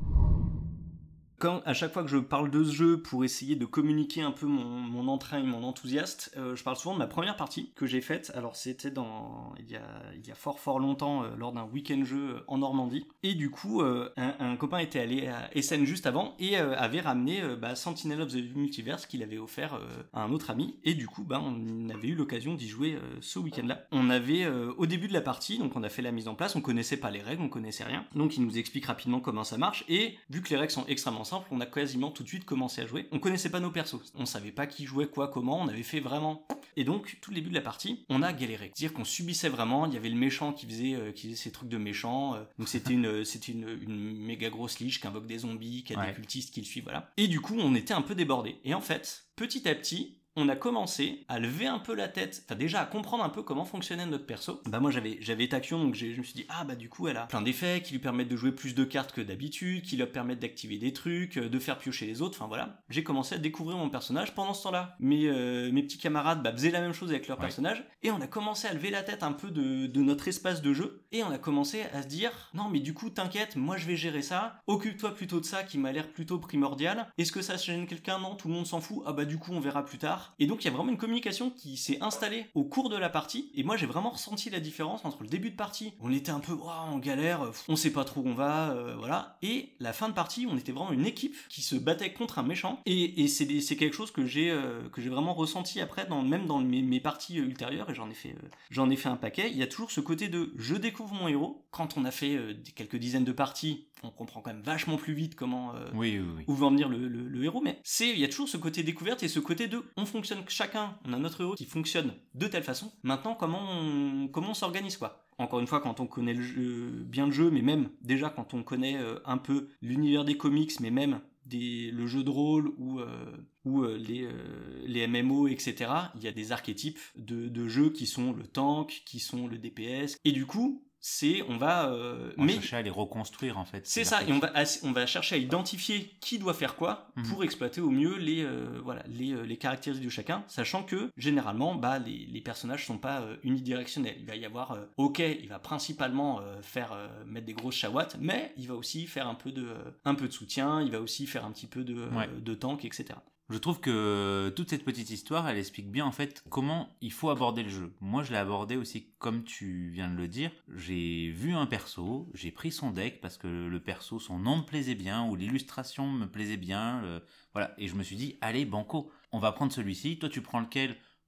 Quand, à chaque fois que je parle de ce jeu pour essayer de communiquer un peu mon, mon entrain et mon enthousiasme, euh, je parle souvent de ma première partie que j'ai faite. Alors c'était dans il y a, il y a fort fort longtemps euh, lors d'un week-end jeu en Normandie. Et du coup, euh, un, un copain était allé à Essen juste avant et euh, avait ramené euh, bah, Sentinel of the Multiverse qu'il avait offert euh, à un autre ami. Et du coup, bah, on avait eu l'occasion d'y jouer euh, ce week-end-là. On avait euh, au début de la partie, donc on a fait la mise en place, on connaissait pas les règles, on connaissait rien. Donc il nous explique rapidement comment ça marche. Et vu que les règles sont extrêmement simples, on a quasiment tout de suite commencé à jouer. On connaissait pas nos persos, on savait pas qui jouait quoi, comment, on avait fait vraiment... Et donc, tout le début de la partie, on a galéré. C'est-à-dire qu'on subissait vraiment, il y avait le méchant qui faisait, euh, qui faisait ses trucs de méchant, euh, donc c'était une, c'était une, une méga grosse liche qui invoque des zombies, qui a Ouais. des cultistes qui le suivent, voilà. Et du coup, on était un peu débordés. Et en fait, petit à petit, on a commencé à lever un peu la tête, enfin déjà à comprendre un peu comment fonctionnait notre perso. Bah moi j'avais j'avais Tachyon, donc j'ai, je me suis dit ah bah du coup elle a plein d'effets qui lui permettent de jouer plus de cartes que d'habitude, qui lui permettent d'activer des trucs, euh, de faire piocher les autres, enfin voilà. J'ai commencé à découvrir mon personnage pendant ce temps-là. Mes, euh, mes petits camarades bah, faisaient la même chose avec leur Ouais. personnage, et on a commencé à lever la tête un peu de, de notre espace de jeu, et on a commencé à se dire non mais du coup t'inquiète, moi je vais gérer ça, occupe-toi plutôt de ça qui m'a l'air plutôt primordial. Est-ce que ça gêne quelqu'un? Non, tout le monde s'en fout. Ah bah du coup on verra plus tard. Et donc il y a vraiment une communication qui s'est installée au cours de la partie, et moi j'ai vraiment ressenti la différence entre le début de partie, on était un peu oh, en galère, on sait pas trop où on va, euh, voilà, et la fin de partie, on était vraiment une équipe qui se battait contre un méchant, et, et c'est, des, c'est quelque chose que j'ai, euh, que j'ai vraiment ressenti après, dans, même dans mes, mes parties euh, ultérieures, et j'en ai, fait, euh, j'en ai fait un paquet. Il y a toujours ce côté de je découvre mon héros. Quand on a fait euh, des, quelques dizaines de parties, on comprend quand même vachement plus vite comment euh, Oui, oui, oui. où veut en venir le, le, le héros, mais c'est, il y a toujours ce côté découverte et ce côté de on fonctionne chacun, on a notre héros qui fonctionne de telle façon, maintenant comment on, comment on s'organise quoi. Encore une fois, quand on connaît le jeu, bien le jeu, mais même déjà quand on connaît euh, un peu l'univers des comics, mais même des, le jeu de rôle ou, euh, ou euh, les, euh, les M M O, et cetera, il y a des archétypes de, de jeux qui sont le tank, qui sont le D P S, et du coup, c'est, on va... Euh, On mais cherchait à les reconstruire en fait. c'est ça, et on va, on va chercher à identifier qui doit faire quoi Mhm. pour exploiter au mieux les, euh, voilà, les, euh, les caractéristiques de chacun, sachant que généralement bah, les, les personnages sont pas euh, unidirectionnels. Il va y avoir, euh, ok, il va principalement euh, faire euh, mettre des grosses shawatt, mais il va aussi faire un peu de, euh, un peu de soutien, il va aussi faire un petit peu de, euh, Ouais. de tank, et cetera. Je trouve que toute cette petite histoire, elle explique bien en fait comment il faut aborder le jeu. Moi, je l'ai abordé aussi comme tu viens de le dire. J'ai vu un perso, j'ai pris son deck parce que le perso, son nom me plaisait bien ou l'illustration me plaisait bien. le- Voilà, et je me suis dit, allez, banco, on va prendre celui-ci. Toi, tu prends lequel?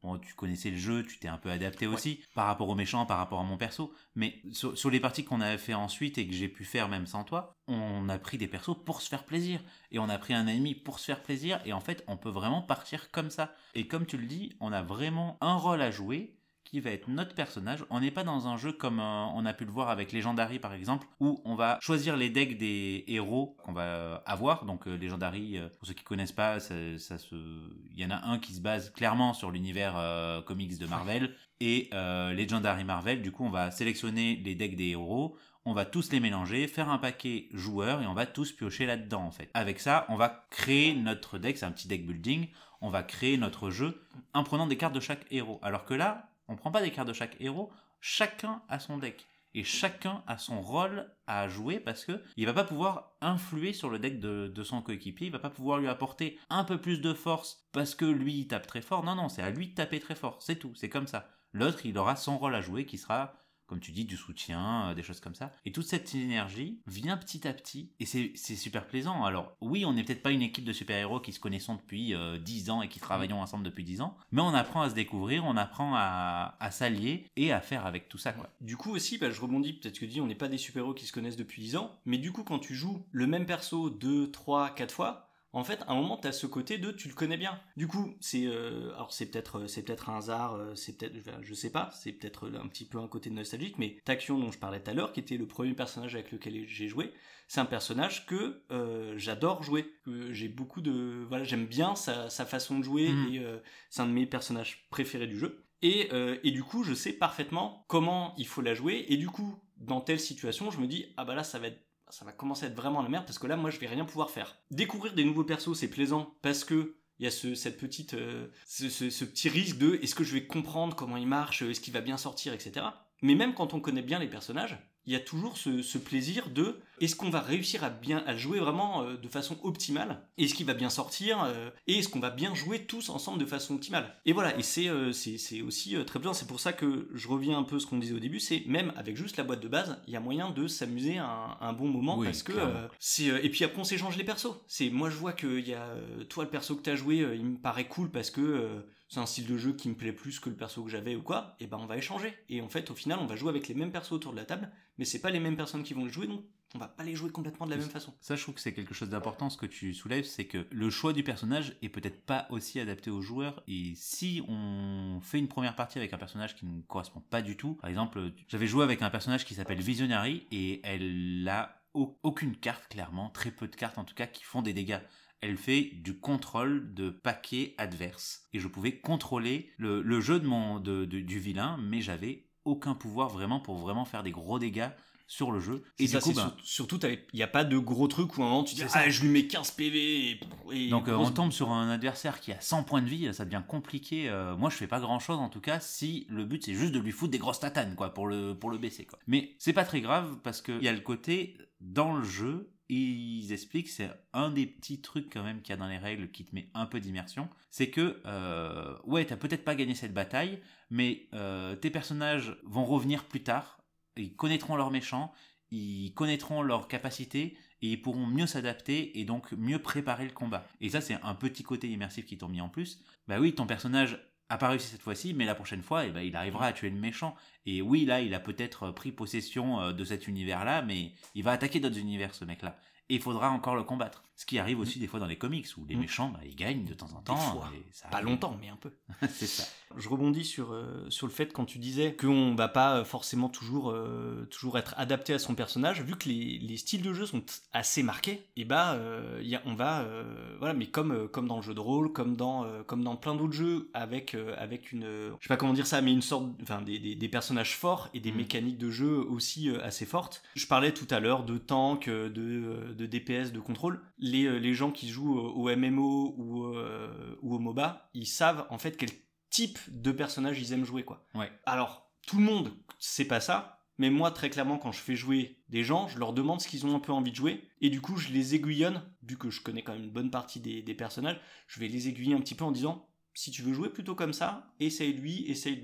bon, tu connaissais le jeu, tu t'es un peu adapté aussi, ouais. par rapport aux méchants, par rapport à mon perso, mais sur, sur les parties qu'on avait fait ensuite et que j'ai pu faire même sans toi, on a pris des persos pour se faire plaisir, et on a pris un ennemi pour se faire plaisir, et en fait, on peut vraiment partir comme ça. Et comme tu le dis, on a vraiment un rôle à jouer, qui va être notre personnage. On n'est pas dans un jeu comme euh, on a pu le voir avec Legendary par exemple, où on va choisir les decks des héros qu'on va avoir. Donc euh, Legendary, euh, pour ceux qui connaissent pas, ça, ça se... il y en a un qui se base clairement sur l'univers euh, comics de Marvel, et euh, Legendary Marvel, du coup on va sélectionner les decks des héros, on va tous les mélanger, faire un paquet joueur, et on va tous piocher là-dedans en fait. Avec ça, on va créer notre deck, c'est un petit deck building, on va créer notre jeu en prenant des cartes de chaque héros. Alors que là, on prend pas des cartes de chaque héros, chacun a son deck. Et chacun a son rôle à jouer parce que il va pas pouvoir influer sur le deck de, de son coéquipier, il va pas pouvoir lui apporter un peu plus de force parce que lui il tape très fort. Non, non, c'est à lui de taper très fort, c'est tout, c'est comme ça. L'autre, il aura son rôle à jouer qui sera, comme tu dis, du soutien, euh, des choses comme ça. Et toute cette énergie vient petit à petit, et c'est, c'est super plaisant. Alors, oui, on n'est peut-être pas une équipe de super-héros qui se connaissons depuis euh, dix ans et qui travaillons ensemble depuis dix ans, mais on apprend à se découvrir, on apprend à, à s'allier et à faire avec tout ça, quoi. Du coup aussi, bah, je rebondis, peut-être que tu dis, on n'est pas des super-héros qui se connaissent depuis dix ans, mais du coup, quand tu joues le même perso deux, trois, quatre fois, en fait, à un moment, t'as ce côté de tu le connais bien. Du coup, c'est euh, alors c'est peut-être c'est peut-être un hasard, c'est peut-être je sais pas, c'est peut-être un petit peu un côté nostalgique, mais Tachyon dont je parlais tout à l'heure, qui était le premier personnage avec lequel j'ai joué, c'est un personnage que euh, j'adore jouer. Que j'ai beaucoup de voilà, j'aime bien sa, sa façon de jouer mmh. et euh, c'est un de mes personnages préférés du jeu. Et euh, et du coup, je sais parfaitement comment il faut la jouer. Et du coup, dans telle situation, je me dis ah bah là, ça va être ça va commencer à être vraiment la merde parce que là moi je vais rien pouvoir faire. Découvrir des nouveaux persos c'est plaisant parce que il y a ce, cette petite, euh, ce, ce, ce petit risque de est-ce que je vais comprendre comment il marche, est-ce qu'il va bien sortir, et cetera. Mais même quand on connaît bien les personnages, il y a toujours ce, ce plaisir de est-ce qu'on va réussir à bien à le jouer vraiment euh, de façon optimale, est-ce qu'il va bien sortir euh, et est-ce qu'on va bien jouer tous ensemble de façon optimale. Et voilà, et c'est euh, c'est, c'est aussi euh, très bien, c'est pour ça que je reviens un peu à ce qu'on disait au début, c'est même avec juste la boîte de base, il y a moyen de s'amuser un, un bon moment oui, parce que euh, c'est euh, et puis après on s'échange les persos. C'est moi je vois que il y a euh, toi le perso que t'as joué, euh, il me paraît cool parce que euh, c'est un style de jeu qui me plaît plus que le perso que j'avais ou quoi, et ben on va échanger. Et en fait, au final, on va jouer avec les mêmes persos autour de la table, mais c'est pas les mêmes personnes qui vont le jouer, donc on va pas les jouer complètement de la même façon. Ça, je trouve que c'est quelque chose d'important, ce que tu soulèves, c'est que le choix du personnage est peut-être pas aussi adapté aux joueurs, et si on fait une première partie avec un personnage qui ne correspond pas du tout, par exemple, j'avais joué avec un personnage qui s'appelle Visionary, et elle a aucune carte, clairement, très peu de cartes en tout cas, qui font des dégâts. Elle fait du contrôle de paquets adverses. Et je pouvais contrôler le, le jeu de mon, de, de, du vilain, mais j'avais aucun pouvoir vraiment pour vraiment faire des gros dégâts sur le jeu. Et ça, du coup, ben, sur, surtout, il n'y a pas de gros truc où à un moment tu dis ah, je lui mets quinze P V. Et, et donc euh, on tombe sur un adversaire qui a cent points de vie, ça devient compliqué. Euh, moi je fais pas grand chose en tout cas si le but c'est juste de lui foutre des grosses tatanes quoi, pour, le, pour le baisser. Quoi. Mais c'est pas très grave parce qu'il y a le côté dans le jeu. Ils expliquent, c'est un des petits trucs quand même qu'il y a dans les règles qui te met un peu d'immersion, c'est que euh, ouais t'as peut-être pas gagné cette bataille, mais euh, tes personnages vont revenir plus tard, ils connaîtront leurs méchants, ils connaîtront leurs capacités et ils pourront mieux s'adapter et donc mieux préparer le combat. Et ça c'est un petit côté immersif qui t'ont mis en plus. Bah oui, ton personnage a pas réussi cette fois-ci, mais la prochaine fois, eh ben, il arrivera à tuer le méchant. Et oui, là, il a peut-être pris possession de cet univers-là, mais il va attaquer d'autres univers, ce mec-là. Et il faudra encore le combattre. Ce qui arrive aussi des fois dans les comics, où les méchants, bah, ils gagnent de temps en temps. Fois, et ça pas longtemps, mais un peu. C'est ça. Je rebondis sur, euh, sur le fait quand tu disais qu'on ne va pas forcément toujours, euh, toujours être adapté à son personnage, vu que les, les styles de jeu sont assez marqués, et bah, euh, y a, on va, euh, voilà, mais comme, euh, comme dans le jeu de rôle, comme dans, euh, comme dans plein d'autres jeux, avec, euh, avec une, euh, je sais pas comment dire ça, mais une sorte, enfin, des, des, des personnages forts et des mmh. mécaniques de jeu aussi euh, assez fortes. Je parlais tout à l'heure de tank, de, de D P S, de contrôle. Les, les gens qui jouent au M M O ou, euh, ou au MOBA, ils savent en fait quel type de personnage ils aiment jouer, quoi. Ouais. Alors, tout le monde sait pas ça, mais moi, très clairement, quand je fais jouer des gens, je leur demande ce qu'ils ont un peu envie de jouer, et du coup, je les aiguillonne, vu que je connais quand même une bonne partie des, des personnages, je vais les aiguiller un petit peu en disant, si tu veux jouer plutôt comme ça, essaye lui, essaye lui, quoi.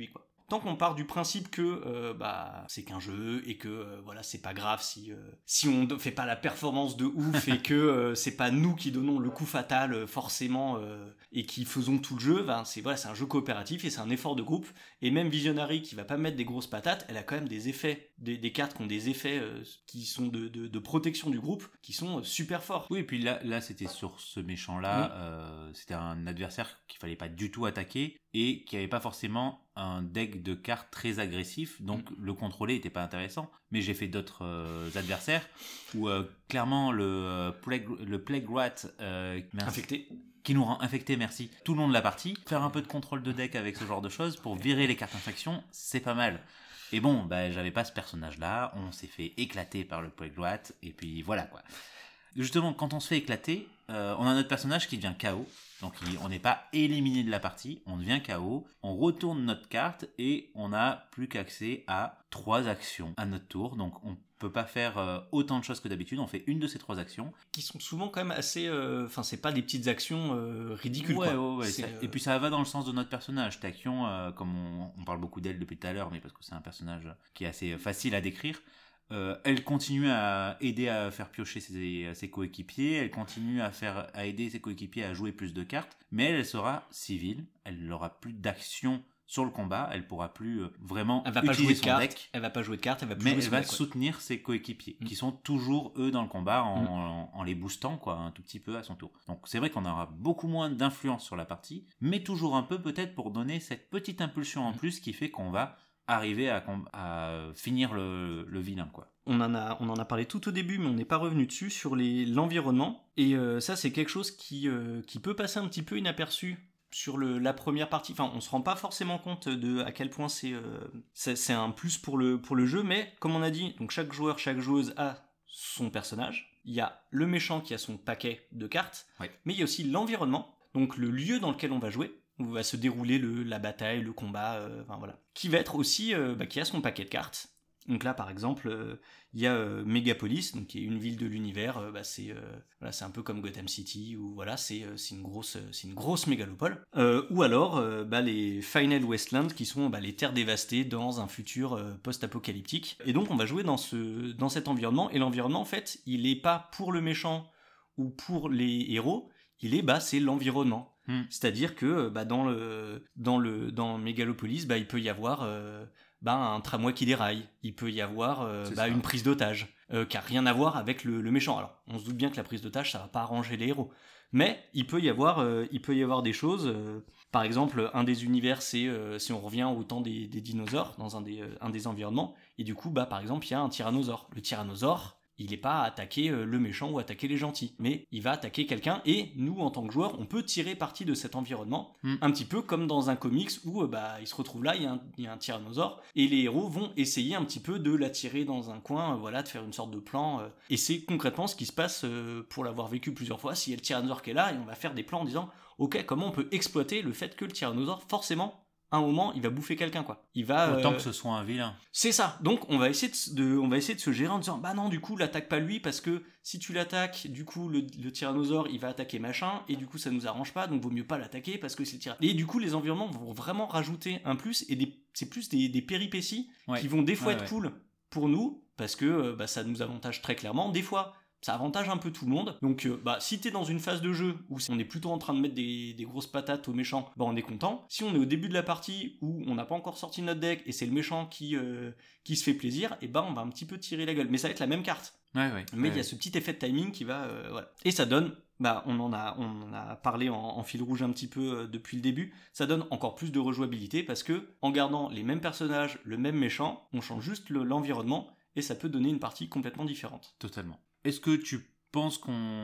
tant qu'on part du principe que euh, bah c'est qu'un jeu et que euh, voilà c'est pas grave si euh, si on ne fait pas la performance de ouf et que euh, c'est pas nous qui donnons le coup fatal euh, forcément euh, et qui faisons tout le jeu, ben, c'est voilà c'est un jeu coopératif et c'est un effort de groupe. Et même Visionary qui va pas mettre des grosses patates, elle a quand même des effets, des, des cartes qui ont des effets euh, qui sont de, de, de protection du groupe, qui sont euh, super forts. Oui, et puis là, là c'était sur ce méchant-là, mmh. euh, c'était un adversaire qu'il fallait pas du tout attaquer et qui avait pas forcément un deck de cartes très agressif, donc mmh. le contrôler était pas intéressant. Mais j'ai fait d'autres euh, adversaires où euh, clairement le, euh, plague, le Plague Rat euh, infecté. qui nous rend infectés, merci, tout le long de la partie. Faire un peu de contrôle de deck avec ce genre de choses pour virer les cartes infection, c'est pas mal. Et bon, bah, j'avais pas ce personnage-là, on s'est fait éclater par le Plague Rat, et puis voilà quoi. Justement, quand on se fait éclater, euh, on a notre personnage qui devient K O. Donc il, on n'est pas éliminé de la partie, on devient K O, on retourne notre carte et on n'a plus qu'accès à trois actions à notre tour. Donc on peut pas faire euh, autant de choses que d'habitude, on fait une de ces trois actions. Qui sont souvent quand même assez... Enfin, euh, c'est pas des petites actions euh, ridicules. Ouais, quoi. ouais, ouais. Ça, euh... Et puis ça va dans le sens de notre personnage. Takion, euh, comme on, on parle beaucoup d'elle depuis tout à l'heure, mais parce que c'est un personnage qui est assez facile à décrire. Euh, elle continue à aider à faire piocher ses, ses coéquipiers, elle continue à, faire, à aider ses coéquipiers à jouer plus de cartes, mais elle, elle sera civile, elle n'aura plus d'action sur le combat, elle pourra plus vraiment elle va pas utiliser jouer de son cartes, deck. Elle va pas jouer de cartes, elle va plus mais jouer elle son va deck, soutenir ouais. ses coéquipiers, mmh. qui sont toujours eux dans le combat en, mmh. en, en les boostant quoi, un tout petit peu à son tour. Donc c'est vrai qu'on aura beaucoup moins d'influence sur la partie, mais toujours un peu peut-être pour donner cette petite impulsion en mmh. plus qui fait qu'on va arriver à, à finir le, le vilain quoi. On en, a, on en a parlé tout au début, mais on n'est pas revenu dessus, sur les, l'environnement. Et euh, ça, c'est quelque chose qui, euh, qui peut passer un petit peu inaperçu sur le, la première partie. Enfin, on se rend pas forcément compte de à quel point c'est, euh, c'est, c'est un plus pour le, pour le jeu, mais comme on a dit, donc chaque joueur, chaque joueuse a son personnage. Il y a le méchant qui a son paquet de cartes, ouais. mais il y a aussi l'environnement, donc le lieu dans lequel on va jouer, où va se dérouler le, la bataille, le combat, euh, enfin voilà. Qui va être aussi, euh, bah, qui a son paquet de cartes. Donc là, par exemple, il euh, y a euh, Megapolis, donc qui est une ville de l'univers. Euh, bah, c'est, euh, voilà, c'est un peu comme Gotham City, ou voilà, c'est, euh, c'est une grosse, c'est une grosse mégalopole. Euh, ou alors, euh, bah, les Final Wasteland, qui sont bah, les terres dévastées dans un futur euh, post-apocalyptique. Et donc, on va jouer dans ce, dans cet environnement. Et l'environnement, en fait, il est pas pour le méchant ou pour les héros. Il est, bah, c'est l'environnement. Hmm. C'est-à-dire que bah, dans le, dans le, dans Megalopolis, bah, il peut y avoir euh, bah, un tramway qui déraille, il peut y avoir euh, bah, une prise d'otage, euh, qui n'a rien à voir avec le, le méchant. Alors, on se doute bien que la prise d'otage, ça va pas arranger les héros. Mais il peut y avoir, euh, il peut y avoir des choses. Euh, par exemple, un des univers, c'est euh, si on revient au temps des, des dinosaures, dans un des, euh, un des environnements, et du coup, bah, par exemple, il y a un tyrannosaure. Le tyrannosaure, il n'est pas à attaquer le méchant ou attaquer les gentils, mais il va attaquer quelqu'un, et nous, en tant que joueurs, on peut tirer parti de cet environnement, mm. un petit peu comme dans un comics où bah, il se retrouve là, il y, a un, il y a un tyrannosaure, et les héros vont essayer un petit peu de l'attirer dans un coin, voilà, de faire une sorte de plan, euh, et c'est concrètement ce qui se passe, euh, pour l'avoir vécu plusieurs fois, s'il y a le tyrannosaure qui est là, et on va faire des plans en disant, ok, comment on peut exploiter le fait que le tyrannosaure, forcément, un moment, il va bouffer quelqu'un, quoi. Il va, Autant euh... que ce soit un vilain. C'est ça. Donc, on va essayer de, de, on va essayer de se gérer en disant, bah non, du coup, l'attaque pas lui, parce que si tu l'attaques, du coup, le, le tyrannosaure, il va attaquer machin, et du coup, ça nous arrange pas, donc vaut mieux pas l'attaquer, parce que c'est le tyrannosaure. Et du coup, les environnements vont vraiment rajouter un plus, et des, c'est plus des, des péripéties ouais. qui vont des fois ouais, être ouais. cool pour nous, parce que bah, ça nous avantage très clairement. Des fois, ça avantage un peu tout le monde. Donc, euh, bah, si t'es dans une phase de jeu où on est plutôt en train de mettre des, des grosses patates aux méchants, bah, on est content. Si on est au début de la partie où on n'a pas encore sorti notre deck et c'est le méchant qui, euh, qui se fait plaisir, et bah, on va un petit peu tirer la gueule. Mais ça va être la même carte. Ouais, ouais, Mais il ouais, y a ce petit effet de timing qui va, euh, voilà. Et ça donne, bah, on en a, on en a parlé en, en fil rouge un petit peu euh, depuis le début. Ça donne encore plus de rejouabilité parce que, en gardant les mêmes personnages, le même méchant, on change juste le, l'environnement et ça peut donner une partie complètement différente. Totalement. Est-ce que tu Je pense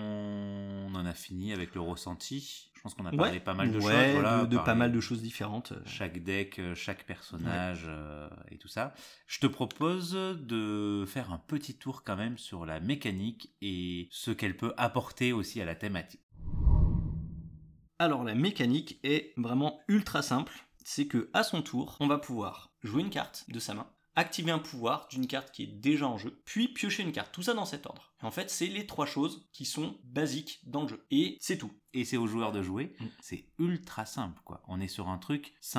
qu'on en a fini avec le ressenti. Je pense qu'on a parlé ouais, pas mal de ouais, choses. Voilà, de, de pas mal de choses différentes. Chaque deck, chaque personnage ouais. euh, et tout ça. Je te propose de faire un petit tour quand même sur la mécanique et ce qu'elle peut apporter aussi à la thématique. Alors la mécanique est vraiment ultra simple. C'est que à son tour, on va pouvoir jouer une carte de sa main, activer un pouvoir d'une carte qui est déjà en jeu, puis piocher une carte. Tout ça dans cet ordre. Et en fait, c'est les trois choses qui sont basiques dans le jeu. Et c'est tout. Et c'est aux joueurs de jouer. Mmh. C'est ultra simple, quoi. On est sur un truc simple,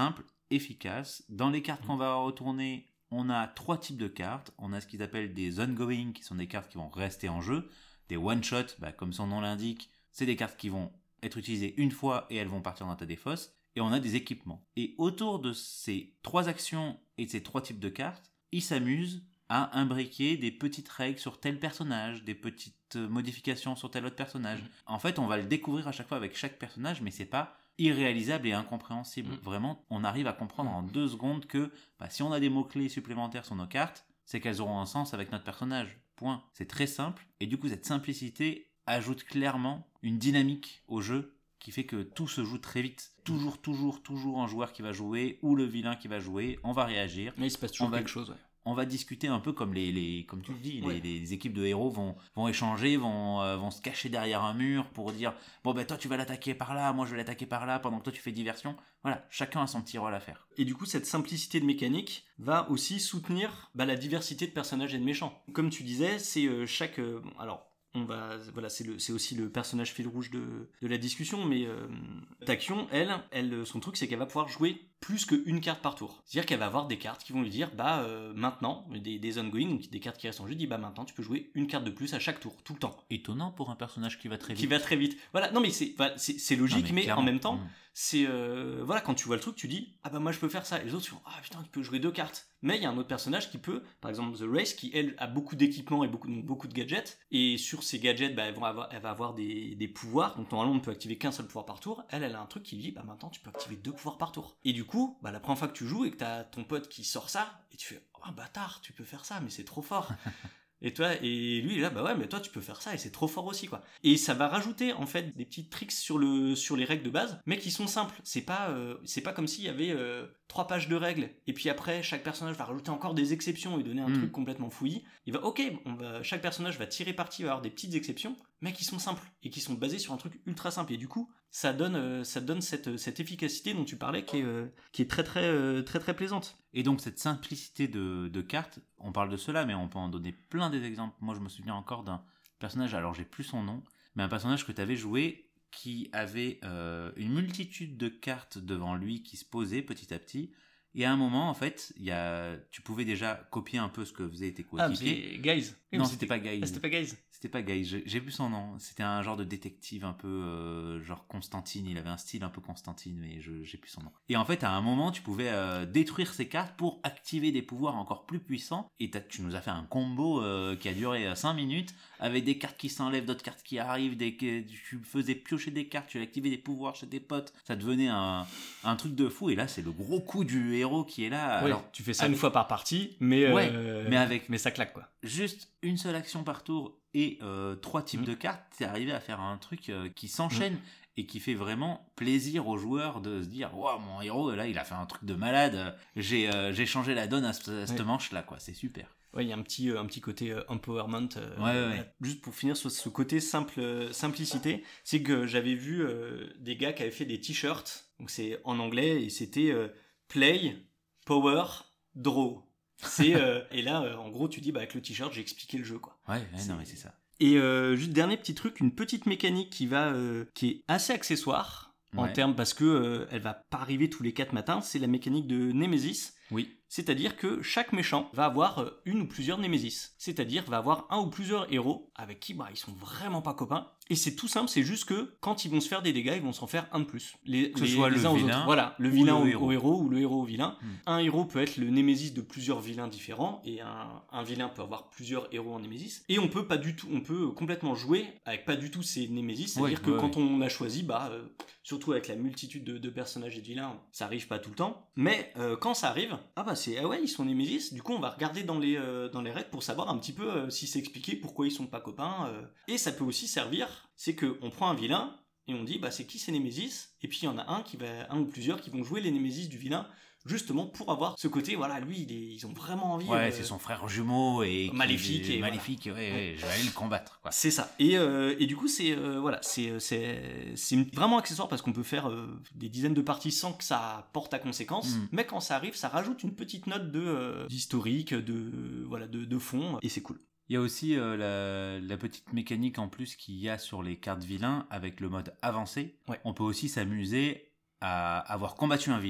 efficace. Dans les cartes mmh. qu'on va retourner, on a trois types de cartes. On a ce qu'ils appellent des ongoing, qui sont des cartes qui vont rester en jeu. Des one-shot, bah, comme son nom l'indique, c'est des cartes qui vont être utilisées une fois et elles vont partir dans ta défausse. Et on a des équipements. Et autour de ces trois actions et de ces trois types de cartes, ils s'amusent à imbriquer des petites règles sur tel personnage, des petites modifications sur tel autre personnage. Mmh. En fait, on va le découvrir à chaque fois avec chaque personnage, mais c'est pas irréalisable et incompréhensible. Mmh. Vraiment, on arrive à comprendre en deux secondes que bah, si on a des mots-clés supplémentaires sur nos cartes, c'est qu'elles auront un sens avec notre personnage. Point. C'est très simple. Et du coup, cette simplicité ajoute clairement une dynamique au jeu qui fait que tout se joue très vite. Toujours, toujours, toujours un joueur qui va jouer ou le vilain qui va jouer. On va réagir. Mais il se passe toujours on va, quelque chose, ouais. On va discuter un peu comme les, les comme tu le dis, ouais. les, les équipes de héros vont, vont échanger, vont, euh, vont se cacher derrière un mur pour dire bon ben toi tu vas l'attaquer par là, moi je vais l'attaquer par là, pendant que toi tu fais diversion. Voilà, chacun a son petit rôle à faire. Et du coup, cette simplicité de mécanique va aussi soutenir bah, la diversité de personnages et de méchants. Comme tu disais, c'est euh, chaque euh, bon, alors. On va, voilà, c'est, le, c'est aussi le personnage fil rouge de, de la discussion, mais euh, Tachyon, elle, elle, son truc, c'est qu'elle va pouvoir jouer plus qu'une carte par tour. C'est-à-dire qu'elle va avoir des cartes qui vont lui dire, bah euh, maintenant, des, des ongoing, donc des cartes qui restent en jeu, dit bah maintenant tu peux jouer une carte de plus à chaque tour, tout le temps. Étonnant pour un personnage qui va très vite. Qui va très vite. Voilà, non mais c'est, voilà, c'est, c'est logique, non, mais, mais en même temps, mmh. c'est euh, voilà, quand tu vois le truc, tu dis ah bah moi je peux faire ça. Et les autres font ah putain, tu peux jouer deux cartes. Mais il y a un autre personnage qui peut, par exemple The Race, qui elle a beaucoup d'équipements et beaucoup, beaucoup de gadgets. Et sur ces gadgets, bah, elle, va avoir, elle va avoir des, des pouvoirs. Donc normalement, on ne peut activer qu'un seul pouvoir par tour. Elle, elle a un truc qui dit bah maintenant tu peux activer deux pouvoirs par tour. Et du coup, bah la première fois que tu joues et que t'as ton pote qui sort ça, et tu fais oh bâtard, tu peux faire ça, mais c'est trop fort. Et toi, et lui il est là, bah ouais, mais toi tu peux faire ça et c'est trop fort aussi, quoi. Et ça va rajouter en fait des petits tricks sur le sur les règles de base, mais qui sont simples. C'est pas euh, c'est pas comme s'il y avait euh, trois pages de règles et puis après chaque personnage va rajouter encore des exceptions et donner un mmh. truc complètement fouillis. Il va ok, on va chaque personnage va tirer parti, va avoir des petites exceptions, mais qui sont simples et qui sont basées sur un truc ultra simple. Et du coup, ça donne euh, ça donne cette cette efficacité dont tu parlais qui est euh, qui est très très euh, très très plaisante. Et donc cette simplicité de, de cartes, on parle de cela, mais on peut en donner plein des exemples. Moi je me souviens encore d'un personnage, alors j'ai plus son nom, mais un personnage que tu avais joué qui avait euh, une multitude de cartes devant lui qui se posaient petit à petit. Et à un moment, en fait, y a... tu pouvais déjà copier un peu ce que faisaient tes coéquipiers. Ah, c'est Guys. Non, c'était, c'était pas Guys. Ah, c'était pas Guys. C'était pas Guys, j'ai, j'ai plus son nom. C'était un genre de détective un peu euh, genre Constantine. Il avait un style un peu Constantine, mais je, j'ai plus son nom. Et en fait, à un moment, tu pouvais euh, détruire ces cartes pour activer des pouvoirs encore plus puissants. Et tu nous as fait un combo euh, qui a duré cinq minutes avec des cartes qui s'enlèvent, d'autres cartes qui arrivent. Des... Tu faisais piocher des cartes, tu activais des pouvoirs chez tes potes. Ça devenait un, un truc de fou. Et là, c'est le gros coup du héros qui est là. Oui, alors, tu fais ça avec... une fois par partie, mais, ouais, euh... mais, avec... mais ça claque, quoi. Juste une seule action par tour et euh, trois types mmh. de cartes, t'es arrivé à faire un truc euh, qui s'enchaîne mmh. et qui fait vraiment plaisir aux joueurs de se dire waouh, mon héros là il a fait un truc de malade, j'ai, euh, j'ai changé la donne à, ce, à cette ouais. manche là, quoi, c'est super. Ouais, il y a un petit, euh, un petit côté euh, empowerment. Euh, ouais, ouais. Euh, juste pour finir sur ce côté simple, euh, simplicité, c'est que j'avais vu euh, des gars qui avaient fait des t-shirts, donc c'est en anglais, et c'était euh, Play, Power, Draw. C'est, euh, et là, euh, en gros, tu dis, bah, avec le t-shirt, j'ai expliqué le jeu, quoi. Ouais, ouais non, mais c'est ça. Et euh, juste dernier petit truc, une petite mécanique qui va, euh, qui est assez accessoire en ouais. termes, parce que euh, elle va pas arriver tous les quatre matins, c'est la mécanique de Nemesis. Oui. C'est-à-dire que chaque méchant va avoir une ou plusieurs Némésis. C'est-à-dire va avoir un ou plusieurs héros avec qui bah, ils sont vraiment pas copains. Et c'est tout simple, c'est juste que quand ils vont se faire des dégâts, ils vont s'en faire un de plus. Les, que ce les, soit les le uns vilain aux autres. Voilà, le vilain le au, héros. au héros ou le héros au vilain. Hmm. Un héros peut être le Némésis de plusieurs vilains différents et un, un vilain peut avoir plusieurs héros en Némésis. Et on peut pas du tout, on peut complètement jouer avec pas du tout ces Némésis. C'est-à-dire ouais, que ouais, quand ouais. on a choisi, bah, euh, surtout avec la multitude de, de personnages et de vilains, ça arrive pas tout le temps. Mais euh, quand ça arrive, ah bah c'est ah ouais ils sont Némésis. Du coup on va regarder dans les euh, dans les règles pour savoir un petit peu euh, si c'est expliqué pourquoi ils sont pas copains. Euh. Et ça peut aussi servir, c'est que on prend un vilain et on dit bah c'est qui ces Némésis, et puis il y en a un qui va un ou plusieurs qui vont jouer les Némésis du vilain. Justement pour avoir ce côté, voilà, lui, il est, ils ont vraiment envie. Ouais, euh, c'est son frère jumeau et maléfique, et maléfique, voilà. ouais, ouais, je vais aller le combattre, quoi. C'est ça. Et euh, et du coup, c'est euh, voilà, c'est c'est c'est vraiment accessoire parce qu'on peut faire euh, des dizaines de parties sans que ça porte à conséquence. Mm. Mais quand ça arrive, ça rajoute une petite note de euh, d'historique, de voilà, de de fond, et c'est cool. Il y a aussi euh, la, la petite mécanique en plus qu'il y a sur les cartes vilains avec le mode avancé. Ouais. On peut aussi s'amuser à avoir combattu un vilain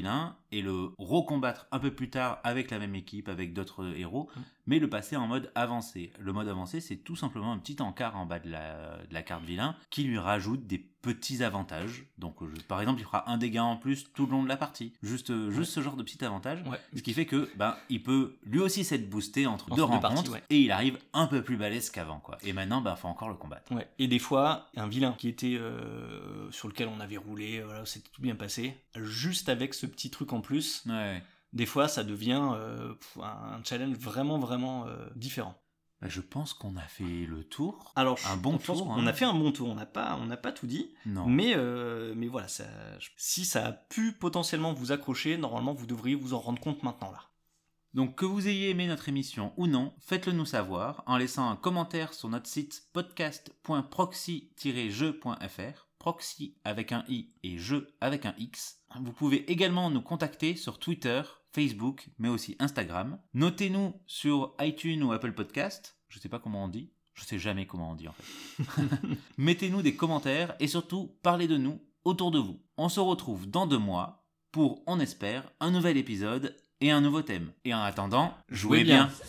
et le recombattre un peu plus tard avec la même équipe, avec d'autres héros, Mm. mais le passer en mode avancé. Le mode avancé, c'est tout simplement un petit encart en bas de la, de la carte vilain qui lui rajoute des petits avantages. Donc, euh, je- par exemple, il fera un dégât en plus tout le long de la partie. Juste, euh, juste ce genre de petit avantage. Ouais. Ce qui fait que, ben, il peut lui aussi s'être boosté entre, Entre deux deux rencontres parties, ouais. et il arrive un peu plus balèze qu'avant, quoi. Et maintenant, ben, faut encore le combattre. Ouais. Et des fois, un vilain qui était euh, sur lequel on avait roulé, voilà, c'était tout bien passé, juste avec ce petit truc en plus, Ouais. des fois ça devient euh, pff, un challenge vraiment vraiment euh, différent. Ben, je pense qu'on a fait le tour. Alors, Un bon je pense tour, qu'on hein. a fait un bon tour, on n'a pas, on n'a pas tout dit, Non. mais, euh, mais voilà, ça, si ça a pu potentiellement vous accrocher, normalement vous devriez vous en rendre compte maintenant là. Donc que vous ayez aimé notre émission ou non, faites-le nous savoir en laissant un commentaire sur notre site podcast point proxy tiret jeu point f r, proxy avec un i et jeu avec un x. Vous pouvez également nous contacter sur Twitter, Facebook, mais aussi Instagram. Notez-nous sur iTunes ou Apple Podcast, je sais pas comment on dit, je sais jamais comment on dit en fait. Mettez-nous des commentaires et surtout parlez de nous autour de vous. On se retrouve dans deux mois pour, on espère, un nouvel épisode et un nouveau thème. Et en attendant, jouez Jouez bien. bien.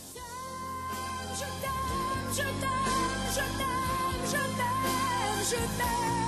Je t'aime, je t'aime, je t'aime, je t'aime, je t'aime.